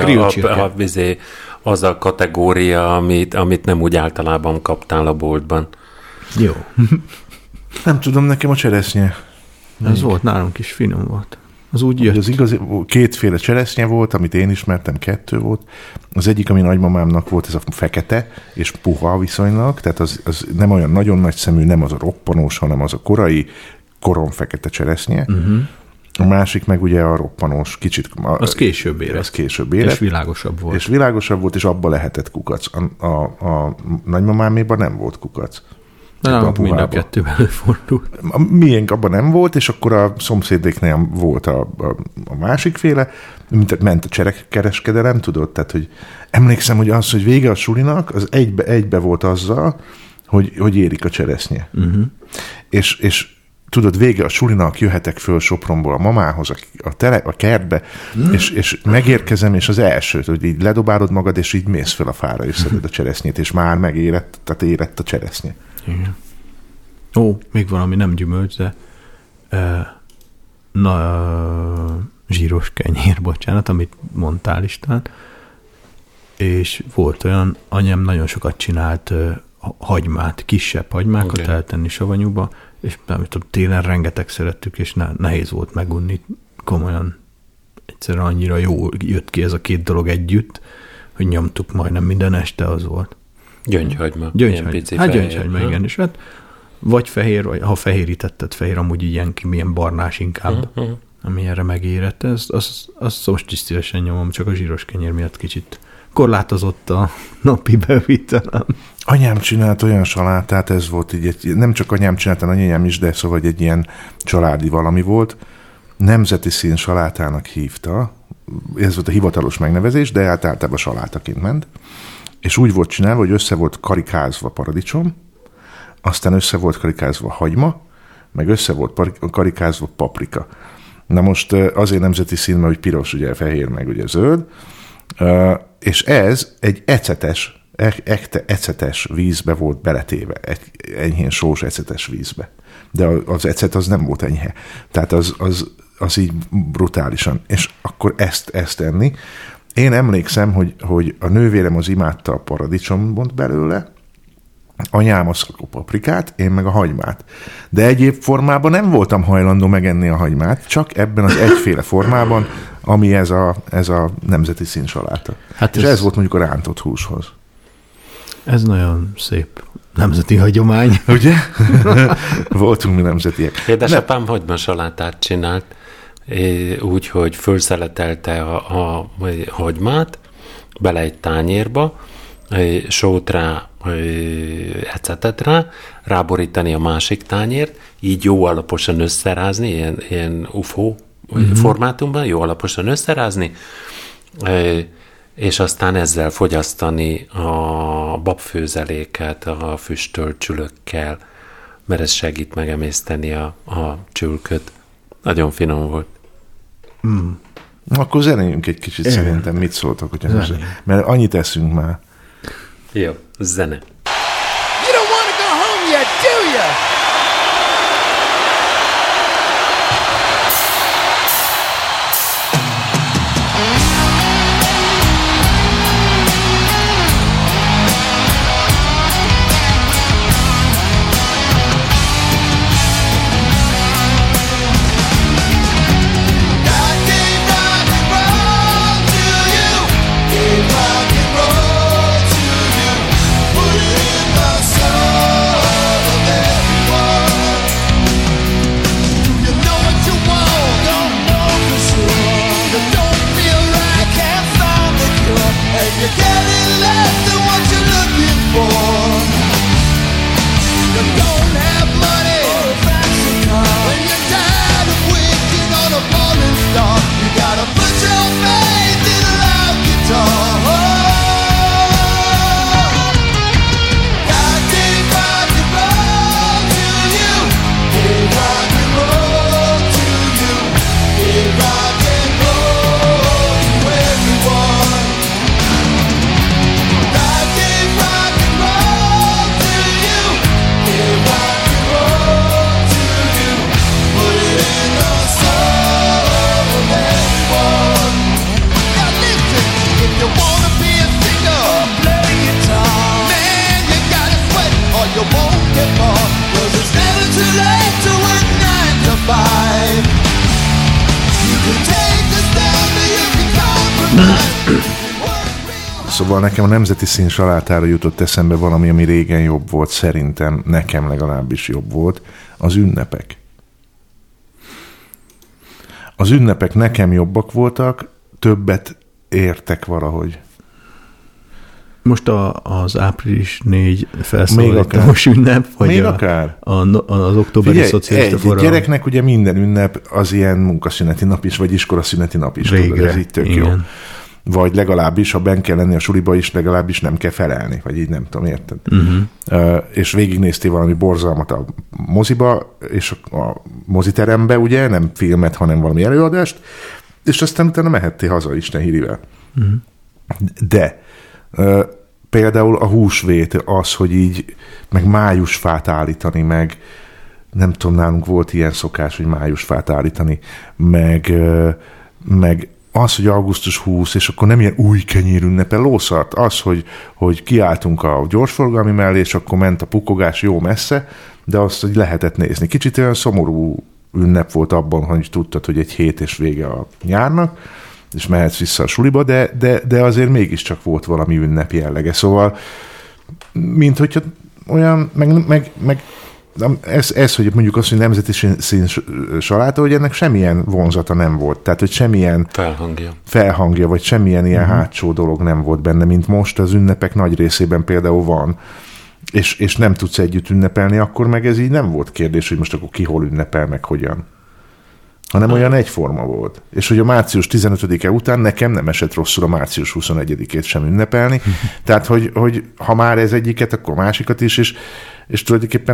az a kategória, amit nem úgy általában kaptál a boltban.
Jó.
Nem tudom, nekem a cseresznye.
Ez volt, nálunk is finom volt. Az úgy jött.
Az igazi, kétféle cseresznye volt, amit én ismertem, 2 volt. Az egyik, ami nagymamámnak volt, ez a fekete, és puha viszonylag, tehát az nem olyan nagyon nagy szemű, nem az a roppanós, hanem az a korai koronfekete cseresznye. A másik meg ugye a roppanós, kicsit...
Az később érett. És világosabb volt. És abba lehetett kukac. A nagymamáméban nem volt kukac. De nem, mind a kettőben előfordult.
A miénk abban nem volt, és akkor a szomszédéknél volt a másik féle, mint ment a cserekkereskedelem, tudod? Tehát, hogy emlékszem, hogy az, hogy vége a sulinak, az egybe volt azzal, hogy érik a cseresznye. És tudod, vége a sulinak, jöhetek föl Sopronból a mamához, a kertbe, és megérkezem, és az első, hogy így ledobálod magad, és így mész föl a fára, és szeded a cseresznyét, és már megérett, tehát érett a cseresznye.
Igen. Még valami nem gyümölcs, de zsíros kenyér, bocsánat, amit mondtál István, és volt olyan, anyám nagyon sokat csinált hagymát, kisebb hagymákat eltenni savanyúba, és nem tudom, télen rengeteg szerettük, és nehéz volt megunni. Komolyan egyszerűen annyira jó jött ki ez a két dolog együtt, hogy nyomtuk majdnem minden este, az volt.
Gyöngyhagyma.
Gyöngyhagyma, igen. És hát vagy fehér, vagy ha fehérítetted, fehér, amúgy ilyen milyen barnás inkább, ami erre megérett. Azt most is szívesen nyomom, csak a zsíros kenyér miatt kicsit korlátozott a napi bevitelem.
Anyám csinált olyan salátát, ez volt így, nem csak anyám csinált, hanem anyám is, de szóval egy ilyen családi valami volt. Nemzeti szín salátának hívta. Ez volt a hivatalos megnevezés, de általában salátaként ment. És úgy volt csinálva, hogy össze volt karikázva paradicsom, aztán össze volt karikázva hagyma, meg össze volt karikázva paprika. Na most azért nemzeti szín, mert hogy piros, ugye fehér, meg ugye zöld, és ez egy ecetes vízbe volt beletéve, egy enyhén sós ecetes vízbe. De az ecet az nem volt enyhe. Tehát az így brutálisan. És akkor ezt enni. Én emlékszem, hogy a nővérem az imádta a paradicsomot belőle, anyám a paprikát, én meg a hagymát. De egyéb formában nem voltam hajlandó megenni a hagymát, csak ebben az egyféle formában, ami ez a nemzeti színsaláta. Hát és ez volt mondjuk a rántott húshoz. Ez
nagyon szép nemzeti hagyomány.
Ugye? Voltunk mi nemzetiek.
Édesapám hagymasalátát csinált, úgy, hogy fölszeletelte a hagymát, bele egy tányérba, sót rá, ecetet rá, ráborítani a másik tányért, így jó alaposan összerázni, ilyen UFO formátumban, jó alaposan összerázni, és aztán ezzel fogyasztani a babfőzeléket a füstölt csülökkel, mert ez segít megemészteni a csülköt. Nagyon finom volt.
Akkor zenéljünk egy kicsit szerintem. Mit szóltak? Mert annyit eszünk már.
Jó, zene.
You don't want to go home yet, do you?
Szóval nekem a nemzeti szín salátára jutott eszembe valami, ami régen jobb volt, szerintem, nekem legalábbis jobb volt, az ünnepek. Az ünnepek nekem jobbak voltak, többet értek valahogy.
Most az április 4 felszólítós ünnep, vagy
még akár?
Az októberi szocialista forradalom.
Gyereknek ugye minden ünnep az ilyen munkaszüneti nap is, vagy iskolaszüneti nap is.
Végre,
tudod, ez így tök jó. vagy legalábbis, ha benn kell lenni a suliba is, legalábbis nem kell felelni, vagy így nem tudom, érted? És végignéztél valami borzalmat a moziba, és a moziterembe, ugye, nem filmet, hanem valami előadást, és aztán utána mehettél haza Isten hírivel. De például a húsvét, az, hogy így meg májusfát állítani, meg nem tudom, nálunk volt ilyen szokás, hogy májusfát állítani, meg az, hogy augusztus 20, és akkor nem ilyen új kenyér ünnepel, lószart. Az, hogy kiálltunk a gyorsforgalmi mellé, és akkor ment a pukogás jó messze, de azt, hogy lehetett nézni. Kicsit olyan szomorú ünnep volt abban, hogy tudtad, hogy egy hét és vége a nyárnak, és mehetsz vissza a suliba, de azért mégiscsak volt valami ünnep jellege. Szóval, mint hogyha olyan, meg ez, hogy mondjuk azt, hogy nemzeti szín saláta, hogy ennek semmilyen vonzata nem volt. Tehát, hogy semmilyen felhangja vagy semmilyen ilyen hátsó dolog nem volt benne, mint most az ünnepek nagy részében például van. És nem tudsz együtt ünnepelni, akkor meg ez így nem volt kérdés, hogy most akkor ki hol ünnepel, meg hogyan. Hanem olyan egyforma volt. És hogy a március 15-e után nekem nem esett rosszul a március 21-ét sem ünnepelni. Tehát, hogy ha már ez egyiket, akkor másikat is, és tulajdonképpen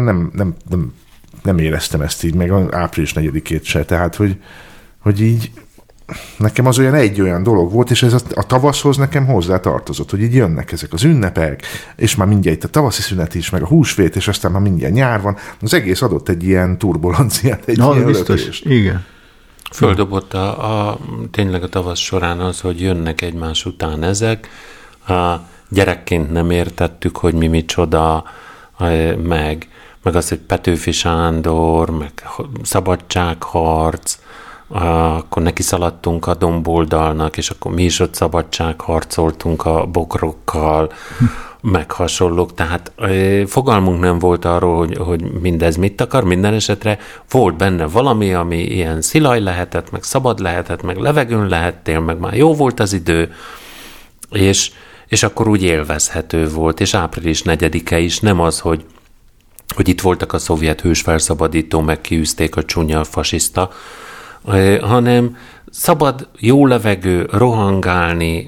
nem éreztem ezt így, meg április 4-ét se. Tehát, hogy így nekem az egy olyan dolog volt, és ez a tavaszhoz nekem hozzá tartozott, hogy így jönnek ezek az ünnepek, és már mindjárt itt a tavaszi szünet is, meg a húsvét, és aztán már mindjárt nyár van. Az egész adott egy ilyen turbulenciát, egy ilyen
biztos, igen.
Földobott tényleg a tavasz során az, hogy jönnek egymás után ezek. Gyerekként nem értettük, hogy mi micsoda, meg az, hogy Petőfi Sándor, meg szabadságharc, akkor neki szaladtunk a domboldalnak, és akkor mi is ott szabadságharcoltunk a bokrokkal, meg hasonlók, tehát fogalmunk nem volt arról, hogy mindez mit akar, minden esetre volt benne valami, ami ilyen szilaj lehetett, meg szabad lehetett, meg levegőn lehettél, meg már jó volt az idő, és akkor úgy élvezhető volt, és április 4-e is nem az, hogy itt voltak a szovjet hősfelszabadító, meg kiűzték a csúnya fasiszta, hanem szabad, jó levegő, rohangálni,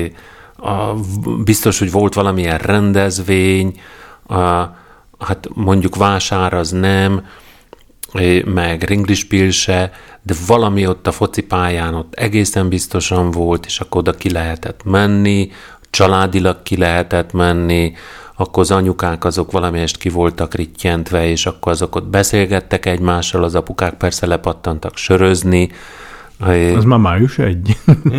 biztos, hogy volt valamilyen rendezvény, hát mondjuk vásár az nem, meg ringlispil se, de valami ott a focipályán ott egészen biztosan volt, és akkor oda ki lehetett menni, családilag ki lehetett menni, akkor az anyukák azok valamelyest ki voltak rittyentve, és akkor azok ott beszélgettek egymással, az apukák persze lepattantak sörözni.
Az már május 1.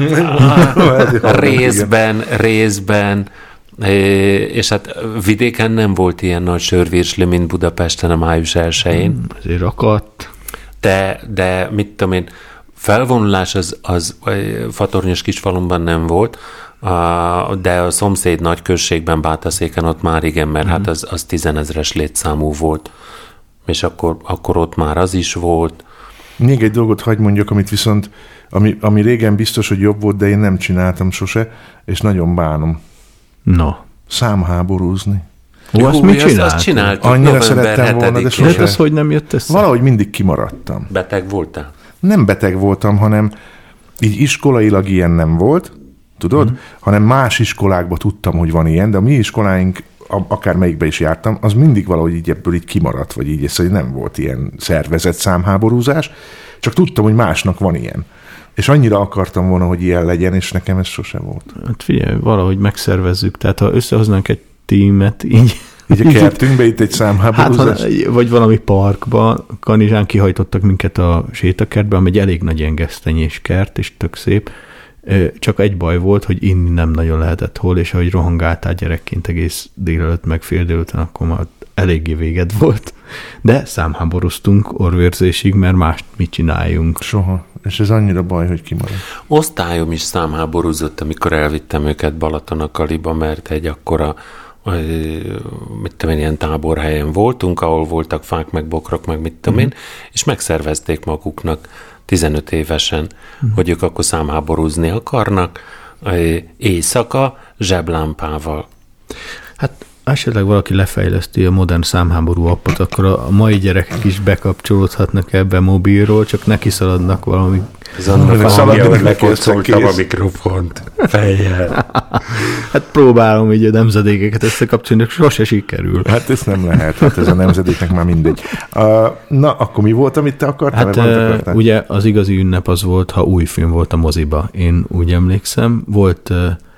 Részben, és hát vidéken nem volt ilyen nagy sörvirsli, mint Budapesten a május 1-én.
Ezért akadt.
De mit tudom én, felvonulás az Fatornyos Kisfalunban nem volt, de a szomszéd nagyközségben, Bátaszéken ott már igen, mert hát az 10 000-es létszámú volt, és akkor ott már az is volt.
Még egy dolgot hadd mondjak, amit viszont, ami régen biztos, hogy jobb volt, de én nem csináltam sose, és nagyon bánom.
No.
Számháborúzni.
Azt mit csináltam?
Azt csináltuk.
Annyira szerettem volna, de sose.
De ez hogy nem jött össze?
Valahogy mindig kimaradtam.
Beteg voltál?
Nem beteg voltam, hanem így iskolailag ilyen nem volt, tudod? Hanem más iskolákban tudtam, hogy van ilyen, de a mi iskoláink, akármelyikbe is jártam, az mindig valahogy így ebből így kimaradt, vagy így, szóval nem volt ilyen szervezett számháborúzás, csak tudtam, hogy másnak van ilyen. És annyira akartam volna, hogy ilyen legyen, és nekem ez sosem volt.
Hát figyelj, valahogy megszervezzük, tehát ha összehoznánk egy tímet, így
a kertünkbe itt egy számháborúzás?
Hát, vagy valami parkba, Kanizsán kihajtottak minket a sétakertbe, ami egy elég nagy ilyen gesztenyés kert, és tök szép. Csak egy baj volt, hogy inni nem nagyon lehetett hol, és ahogy rohangáltál gyerekként egész délelőtt, meg fél délután, akkor már eléggé véged volt. De számháborúztunk orvérzésig, mert mást mit csináljunk.
Soha. És ez annyira baj, hogy kimarad.
Osztályom is számháborúzott, amikor elvittem őket Balatonakaliba, mert egy akkora mit tudom én, ilyen táborhelyen voltunk, ahol voltak fák, meg bokrok, meg mit tudom én, és megszervezték maguknak 15 évesen, hogy ők akkor számháborúzni akarnak, éjszaka zseblámpával.
Hát esetleg valaki lefejleszti a modern számháború appot, akkor a mai gyerekek is bekapcsolódhatnak ebbe mobilról, csak neki szaladnak valami
Ez annak a hangja, hogy lekocoltam a mikrofont fejjel.
Hát próbálom így a nemzedékeket összekapcsolni, sose sikerül.
Hát ez nem lehet, hát ez a nemzedéknek már mindegy. Na, akkor mi volt, amit te akartál?
Hát ugye az igazi ünnep az volt, ha új film volt a moziba. Én úgy emlékszem, volt,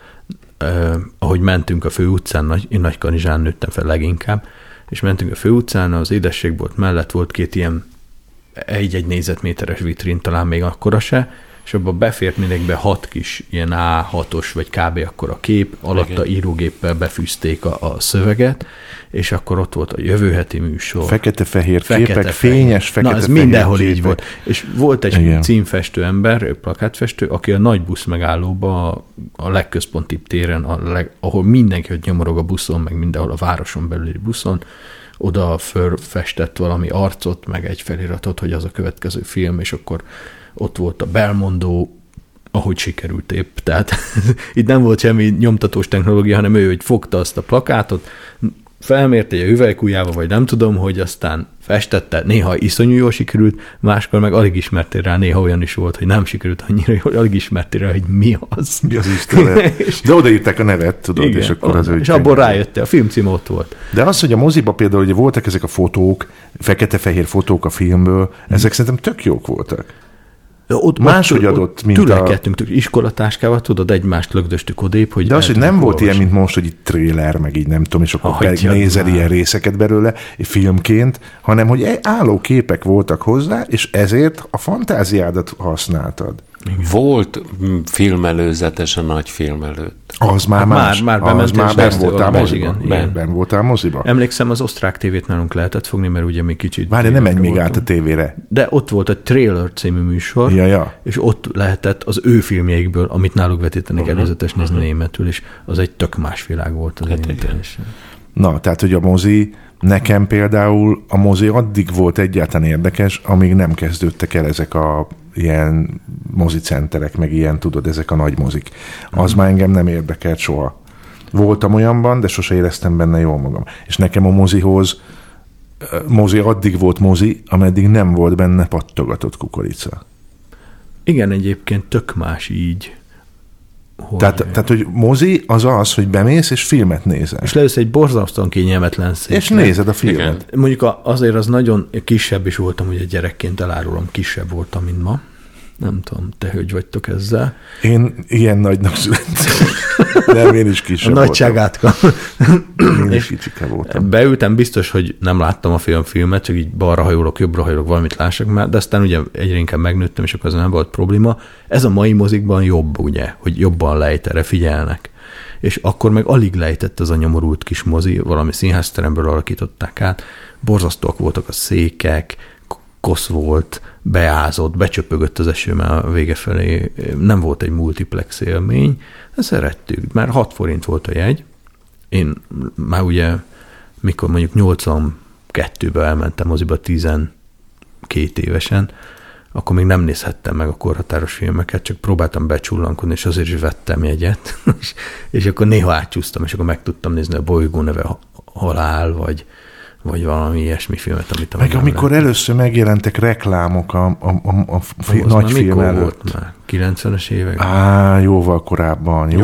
ahogy mentünk a főutcán, én Nagykanizsán nőttem fel leginkább, és mentünk a főutcán, az édességbolt mellett volt két ilyen egy négyzetméteres vitrin, talán még akkora se, és abban befért mindenkibe 6 kis ilyen A6-os, vagy kb. Akkora kép, alatta írógéppel befűzték a szöveget, és akkor ott volt a jövő heti műsor.
Fekete-fehér képek, fényes fekete-fehér.
Na, ez mindenhol képek. Így volt. És volt egy igen. Címfestő ember, plakátfestő, aki a nagy busz megállóba, a legközpontibb téren, ahol mindenki ott nyomorog a buszon, meg mindenhol a városon belüli buszon, oda fölfestett valami arcot, meg egy feliratot, hogy az a következő film, és akkor ott volt a Belmondó, ahogy sikerült épp. Tehát itt nem volt semmi nyomtatós technológia, hanem ő, hogy fogta azt a plakátot, felmérte egy üvelykujjával, vagy nem tudom, hogy aztán festette, néha iszonyú jól sikerült, máskor meg alig ismertél rá, néha olyan is volt, hogy nem sikerült annyira jól, alig ismertél rá, hogy mi az.
Mi az Istenet. De odaírták a nevet, tudod, igen, és akkor az
és abból rájöttél, a filmcím ott volt.
De az, hogy a moziba például ugye voltak ezek a fotók, fekete-fehér fotók a filmből, ezek szerintem tök jók voltak.
Ott máshogy adott, mint tülekedtünk iskolatáskával, tudod, egymást lögdöstük odébb, hogy...
De az, hogy nem volt olvasni. Ilyen, mint most, hogy itt trailer, meg így nem tudom, és akkor nézel ilyen részeket belőle, filmként, hanem, hogy álló képek voltak hozzá, és ezért a fantáziádat használtad.
Igen. Volt filmelőzetes a nagy film előtt.
Az már más.
Már benn
voltál moziba. Ben voltál moziba.
Emlékszem, az osztrák tévét nálunk lehetett fogni, mert ugye még kicsit...
Várj, nem menj még át a tévére.
De ott volt a Trailer című műsor, és ott lehetett az ő filmjeikből, amit náluk vetítenek előzetes nézni németül, és az egy tök más világ volt. Az
Na, tehát, hogy a mozi, nekem például a mozi addig volt egyáltalán érdekes, amíg nem kezdődtek el ezek a ilyen mozicenterek, meg ilyen, tudod, ezek a nagy mozik. Az már engem nem érdekelt soha. Voltam olyanban, de sose éreztem benne jól magam. És nekem a mozi addig volt mozi, ameddig nem volt benne pattogatott kukorica.
Igen, egyébként tök más így.
Tehát, hogy mozi az az, hogy bemész és filmet nézel.
És leülsz egy borzasztóan kényelmetlen székre.
És nézed a filmet. Igen.
Mondjuk azért az nagyon kisebb is voltam, ugye gyerekként elárulom, kisebb voltam, mint ma. Nem tudom, te hogy vagytok ezzel?
Én ilyen nagynak születtem. Nem, én is kisebb voltam.
A nagyságátka.
Én is kicsike voltam.
Beültem, biztos, hogy nem láttam a filmet, csak így balra hajolok, jobbra hajolok, valamit lássak már, de aztán ugye egyre inkább megnőttem, és akkor az nem volt probléma. Ez a mai mozikban jobb, ugye, hogy jobban lejt, erre figyelnek. És akkor meg alig lejtett az a nyomorult kis mozi, valami színházteremből alakították át. Borzasztóak voltak a székek, kosz volt, beázott, becsöpögött az eső már a vége felé, nem volt egy multiplex élmény, de szerettük, már 6 forint volt a jegy. Én már ugye, mikor mondjuk 82-ben elmentem moziba 12 évesen, akkor még nem nézhettem meg a korhatáros filmeket, csak próbáltam becsullankodni, és azért is vettem jegyet, és akkor néha átcsúsztam, és akkor meg tudtam nézni a Bolygó neve Halál, vagy valami ilyesmi filmet, amit
meg amikor először megjelentek reklámok a nagy film előtt. Volt már?
90-es évek?
Jóval korábban.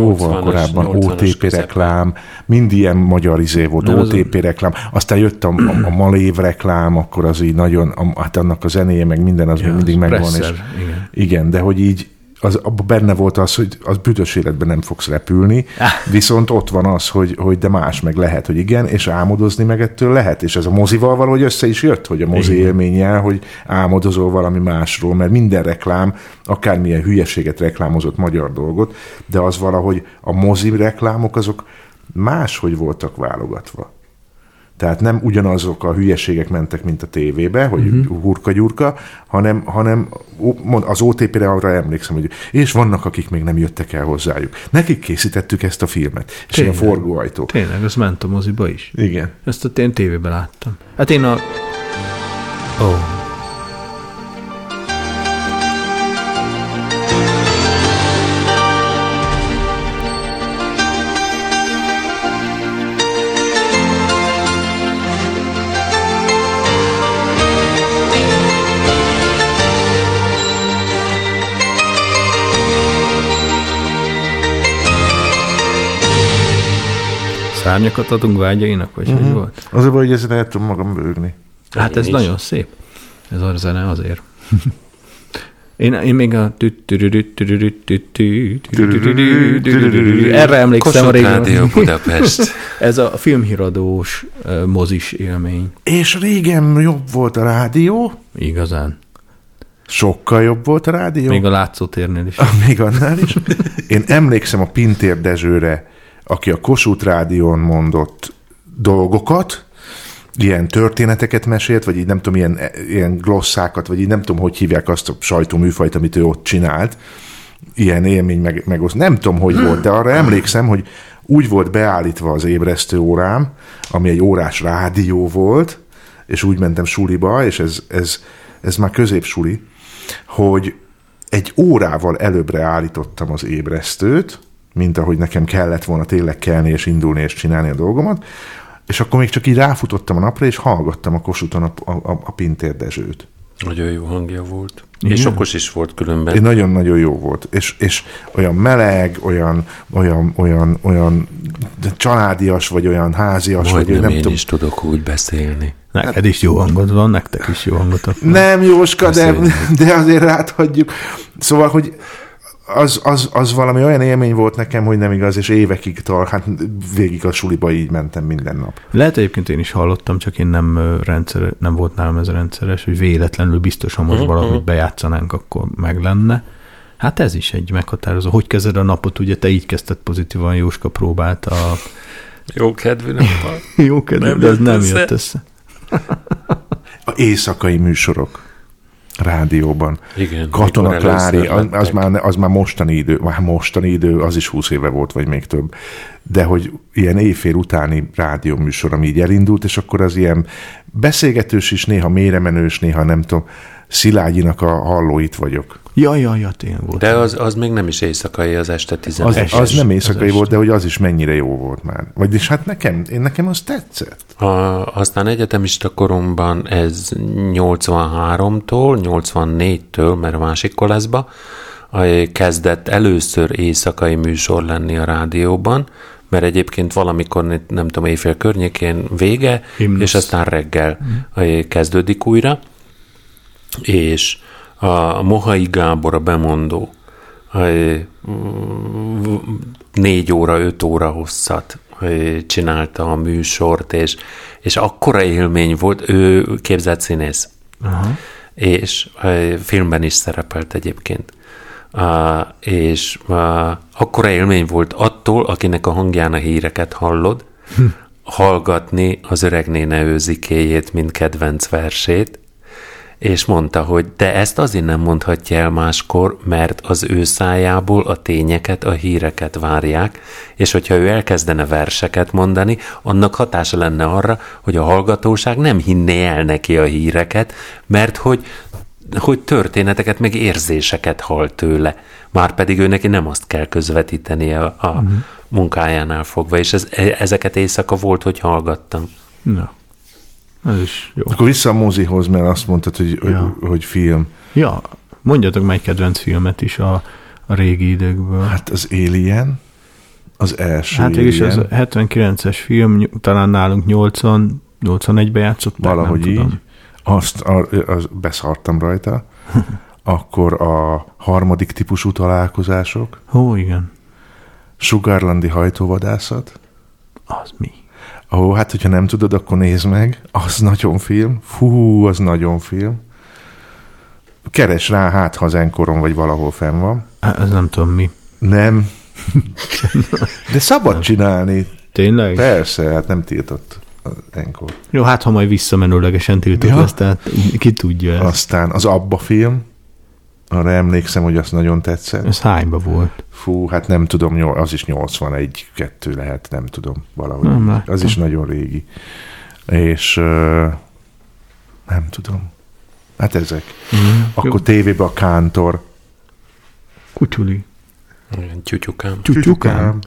OTP reklám, mind ilyen magyar volt, OTP reklám. Aztán jött a Malév reklám, akkor az így nagyon, hát annak a zenéje, meg minden az mindig megvan.
Presser,
és igen, de hogy így abban benne volt az, hogy az büdös életben nem fogsz repülni, viszont ott van az, hogy de más meg lehet, hogy igen, és álmodozni meg ettől lehet, és ez a mozival valahogy össze is jött, hogy a mozi élménnyel, hogy álmodozol valami másról, mert minden reklám, akármilyen hülyeséget reklámozott magyar dolgot, de az valahogy a mozi reklámok azok máshogy voltak válogatva. Tehát nem ugyanazok a hülyeségek mentek, mint a tévébe, hogy hurka-gyurka, hanem az OTP-re arra emlékszem, hogy és vannak, akik még nem jöttek el hozzájuk. Nekik készítettük ezt a filmet. És tényleg, ilyen forgóajtó.
Tényleg, az ment a moziba is.
Igen.
Ezt én tévében láttam. Hát én Szárnyakat adunk vágyainak, vagy hogy volt?
Az a baj, hogy ezzel el tudom magam bőgni.
Hát ez nagyon szép. Ez a zene azért. Én még a... Erre emlékszem a régen.
Rádió Budapest.
Ez a filmhíradós mozis élmény.
És régen jobb volt a rádió.
Igazán.
Sokkal jobb volt a rádió.
Még a látszótérnél is.
Még annál is. Én emlékszem a Pintér Dezsőre, aki a Kossuth Rádión mondott dolgokat, ilyen történeteket mesélt, vagy így nem tudom, ilyen glosszákat, vagy így nem tudom, hogy hívják azt a sajtóműfajt, amit ő ott csinált. Ilyen élmény megoszt. Nem tudom, hogy volt, de arra emlékszem, hogy úgy volt beállítva az ébresztő órám, ami egy órás rádió volt, és úgy mentem suliba, és ez már középsuli, hogy egy órával előbbre állítottam az ébresztőt, mint ahogy nekem kellett volna tényleg kelni, és indulni, és csinálni a dolgomat, és akkor még csak így ráfutottam a napra, és hallgattam a Kossuthon a Pintér Dezsőt.
Nagyon jó hangja volt. Igen. És okos is volt különben.
Nagyon-nagyon jó volt. És olyan meleg, olyan családias, vagy olyan házias.
Majdnem
vagy nem
én
tudom.
is tudok úgy beszélni.
Neked is jó hangod van, nektek is jó hangotok van.
Nem, Jóska, de azért ráthagyjuk. Szóval, hogy az valami olyan élmény volt nekem, hogy nem igaz, és évekig hát végig a suliba így mentem minden nap.
Lehet egyébként én is hallottam, csak én nem volt nálam ez rendszeres, hogy véletlenül biztosan most valamit bejátszanánk, akkor meg lenne. Hát ez is egy meghatározó. Hogy kezded a napot? Ugye te így kezdted pozitívan, Jóska próbált a...
Jó kedvű nappal.
Jó kedvű, de ez nem jött össze.
A éjszakai műsorok rádióban.
Igen,
Katona Klári, az már mostani idő, az is 20 éve volt, vagy még több. De hogy ilyen éjfél utáni rádióműsor, ami így elindult, és akkor az ilyen beszélgetős is, néha mélyremenős, néha nem tudom, Szilágyinak a Hallóit vagyok.
Ja, tényleg volt.
De az még nem is éjszakai, az este 11.
Az nem éjszakai volt, de hogy az is mennyire jó volt már. Vagyis hát nekem az tetszett.
Aztán egyetemista koromban ez 83-tól, 84-től, mert a másik koleszba kezdett először éjszakai műsor lenni a rádióban, mert egyébként valamikor, nem tudom, éjfél környékén vége, és aztán reggel kezdődik újra. És a Mohai Gábor, a bemondó 4 óra, 5 óra hosszat csinálta a műsort, és akkora élmény volt, ő képzelt színész. Aha. És filmben is szerepelt egyébként. És akkora élmény volt attól, akinek a hangján a híreket hallod, hallgatni az Öreg néne őzikéjét, mint kedvenc versét, és mondta, hogy de ezt azért nem mondhatja el máskor, mert az ő szájából a tényeket, a híreket várják, és hogyha ő elkezdene verseket mondani, annak hatása lenne arra, hogy a hallgatóság nem hinné el neki a híreket, mert hogy történeteket, meg érzéseket hall tőle. Márpedig ő neki nem azt kell közvetítenie a munkájánál fogva, és ezeket éjszaka volt, hogy hallgattam.
Na. Ez is jó.
Akkor vissza a mozihoz, mert azt mondtad, hogy film.
Ja, mondjatok meg kedvenc filmet is a régi időkből.
Hát az Alien, az első
hát
Alien.
És az 79-es film, talán nálunk 81-ben játszották,
valahogy
nem tudom.
Így. Azt beszartam rajta. Akkor a harmadik típusú találkozások.
Ó, igen.
Sugárlandi hajtóvadászat.
Az mi?
Hát, hogyha nem tudod, akkor nézd meg. Az nagyon film. Fú, az nagyon film. Keres rá, hát ha az Enkoron vagy valahol fenn van.
Ez nem tudom mi.
Nem. De szabad csinálni.
Tényleg?
Persze, hát nem tiltott az Enkor.
Jó, hát ha majd visszamenőlegesen tiltott lesz, tehát ki tudja ezt.
Aztán az Abba film. Arra emlékszem, hogy azt nagyon tetszett.
Ez hányba volt?
Fú, hát nem tudom, az is 81-2 lehet, nem tudom, valahogy.
Nem
az is nagyon régi. És nem tudom. Hát ezek. Akkor tévében a Kántor.
Kutyuli.
Tyutyukám.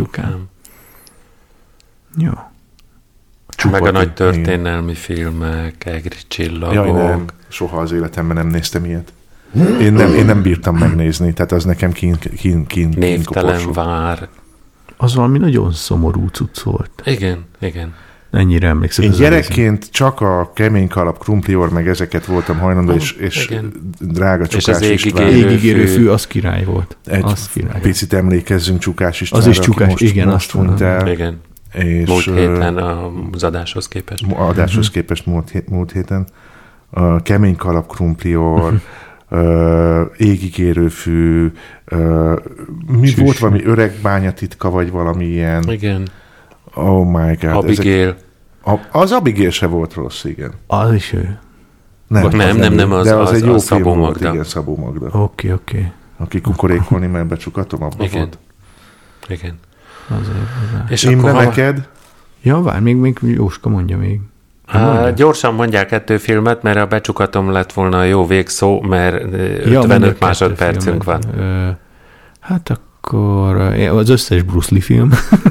Jó.
Meg a nagy történelmi filmek, Egri csillagok.
Jaj, nem. Soha az életemben nem néztem ilyet. Én nem bírtam megnézni, tehát az nekem kín
Névtelen vár.
Az valami nagyon szomorú cucc volt.
Igen.
Ennyire emlékszem.
Én gyerekként csak a Kemény Kalap, Krumplior, meg ezeket voltam hajlandó, és drága Csukás István.
Égigérő fű, az király volt.
Picit emlékezzünk Csukás Istvánra,
az is Csukás, igen,
most hunyt el.
Igen. És múlt héten az adáshoz képest.
Adáshoz képest múlt héten. Kemény Kalap, Krumplior, Égigérő fű, volt valami Öreg bányatitka, vagy valami ilyen.
Igen.
Oh my God.
Abigail.
Az Abigail se volt rossz, igen.
Az is ő.
Nem,
az egy jó
Szabó
film
Magda.
volt, igen, Szabó Magda.
Oké.
Aki kukorékolni, mert becsukatom, abban volt.
Igen.
Azért.
És
Imre,
akkor
neked?
Ja, várj, még Jóska mondja még.
Gyorsan mondják 2 filmet, mert a becsukatom lett volna a jó végszó, mert 55 másodpercünk van.
Hát akkor az összes Bruce Lee film.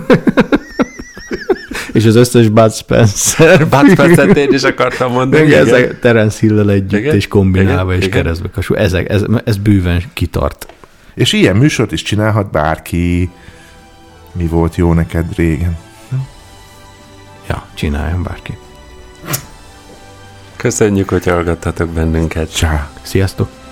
És az összes Bud Spencer.
Bud Spencer-t én is akartam mondani.
Ezek Terence Hill-lel együtt,
igen?
és kombinálva,
igen?
és keresztbe kasul. Ez bőven kitart.
És ilyen műsort is csinálhat bárki. Mi volt jó neked régen?
Ja, csináljon bárki.
Köszönjük, hogy hallgattatok bennünket.
Csá!
Sziasztok!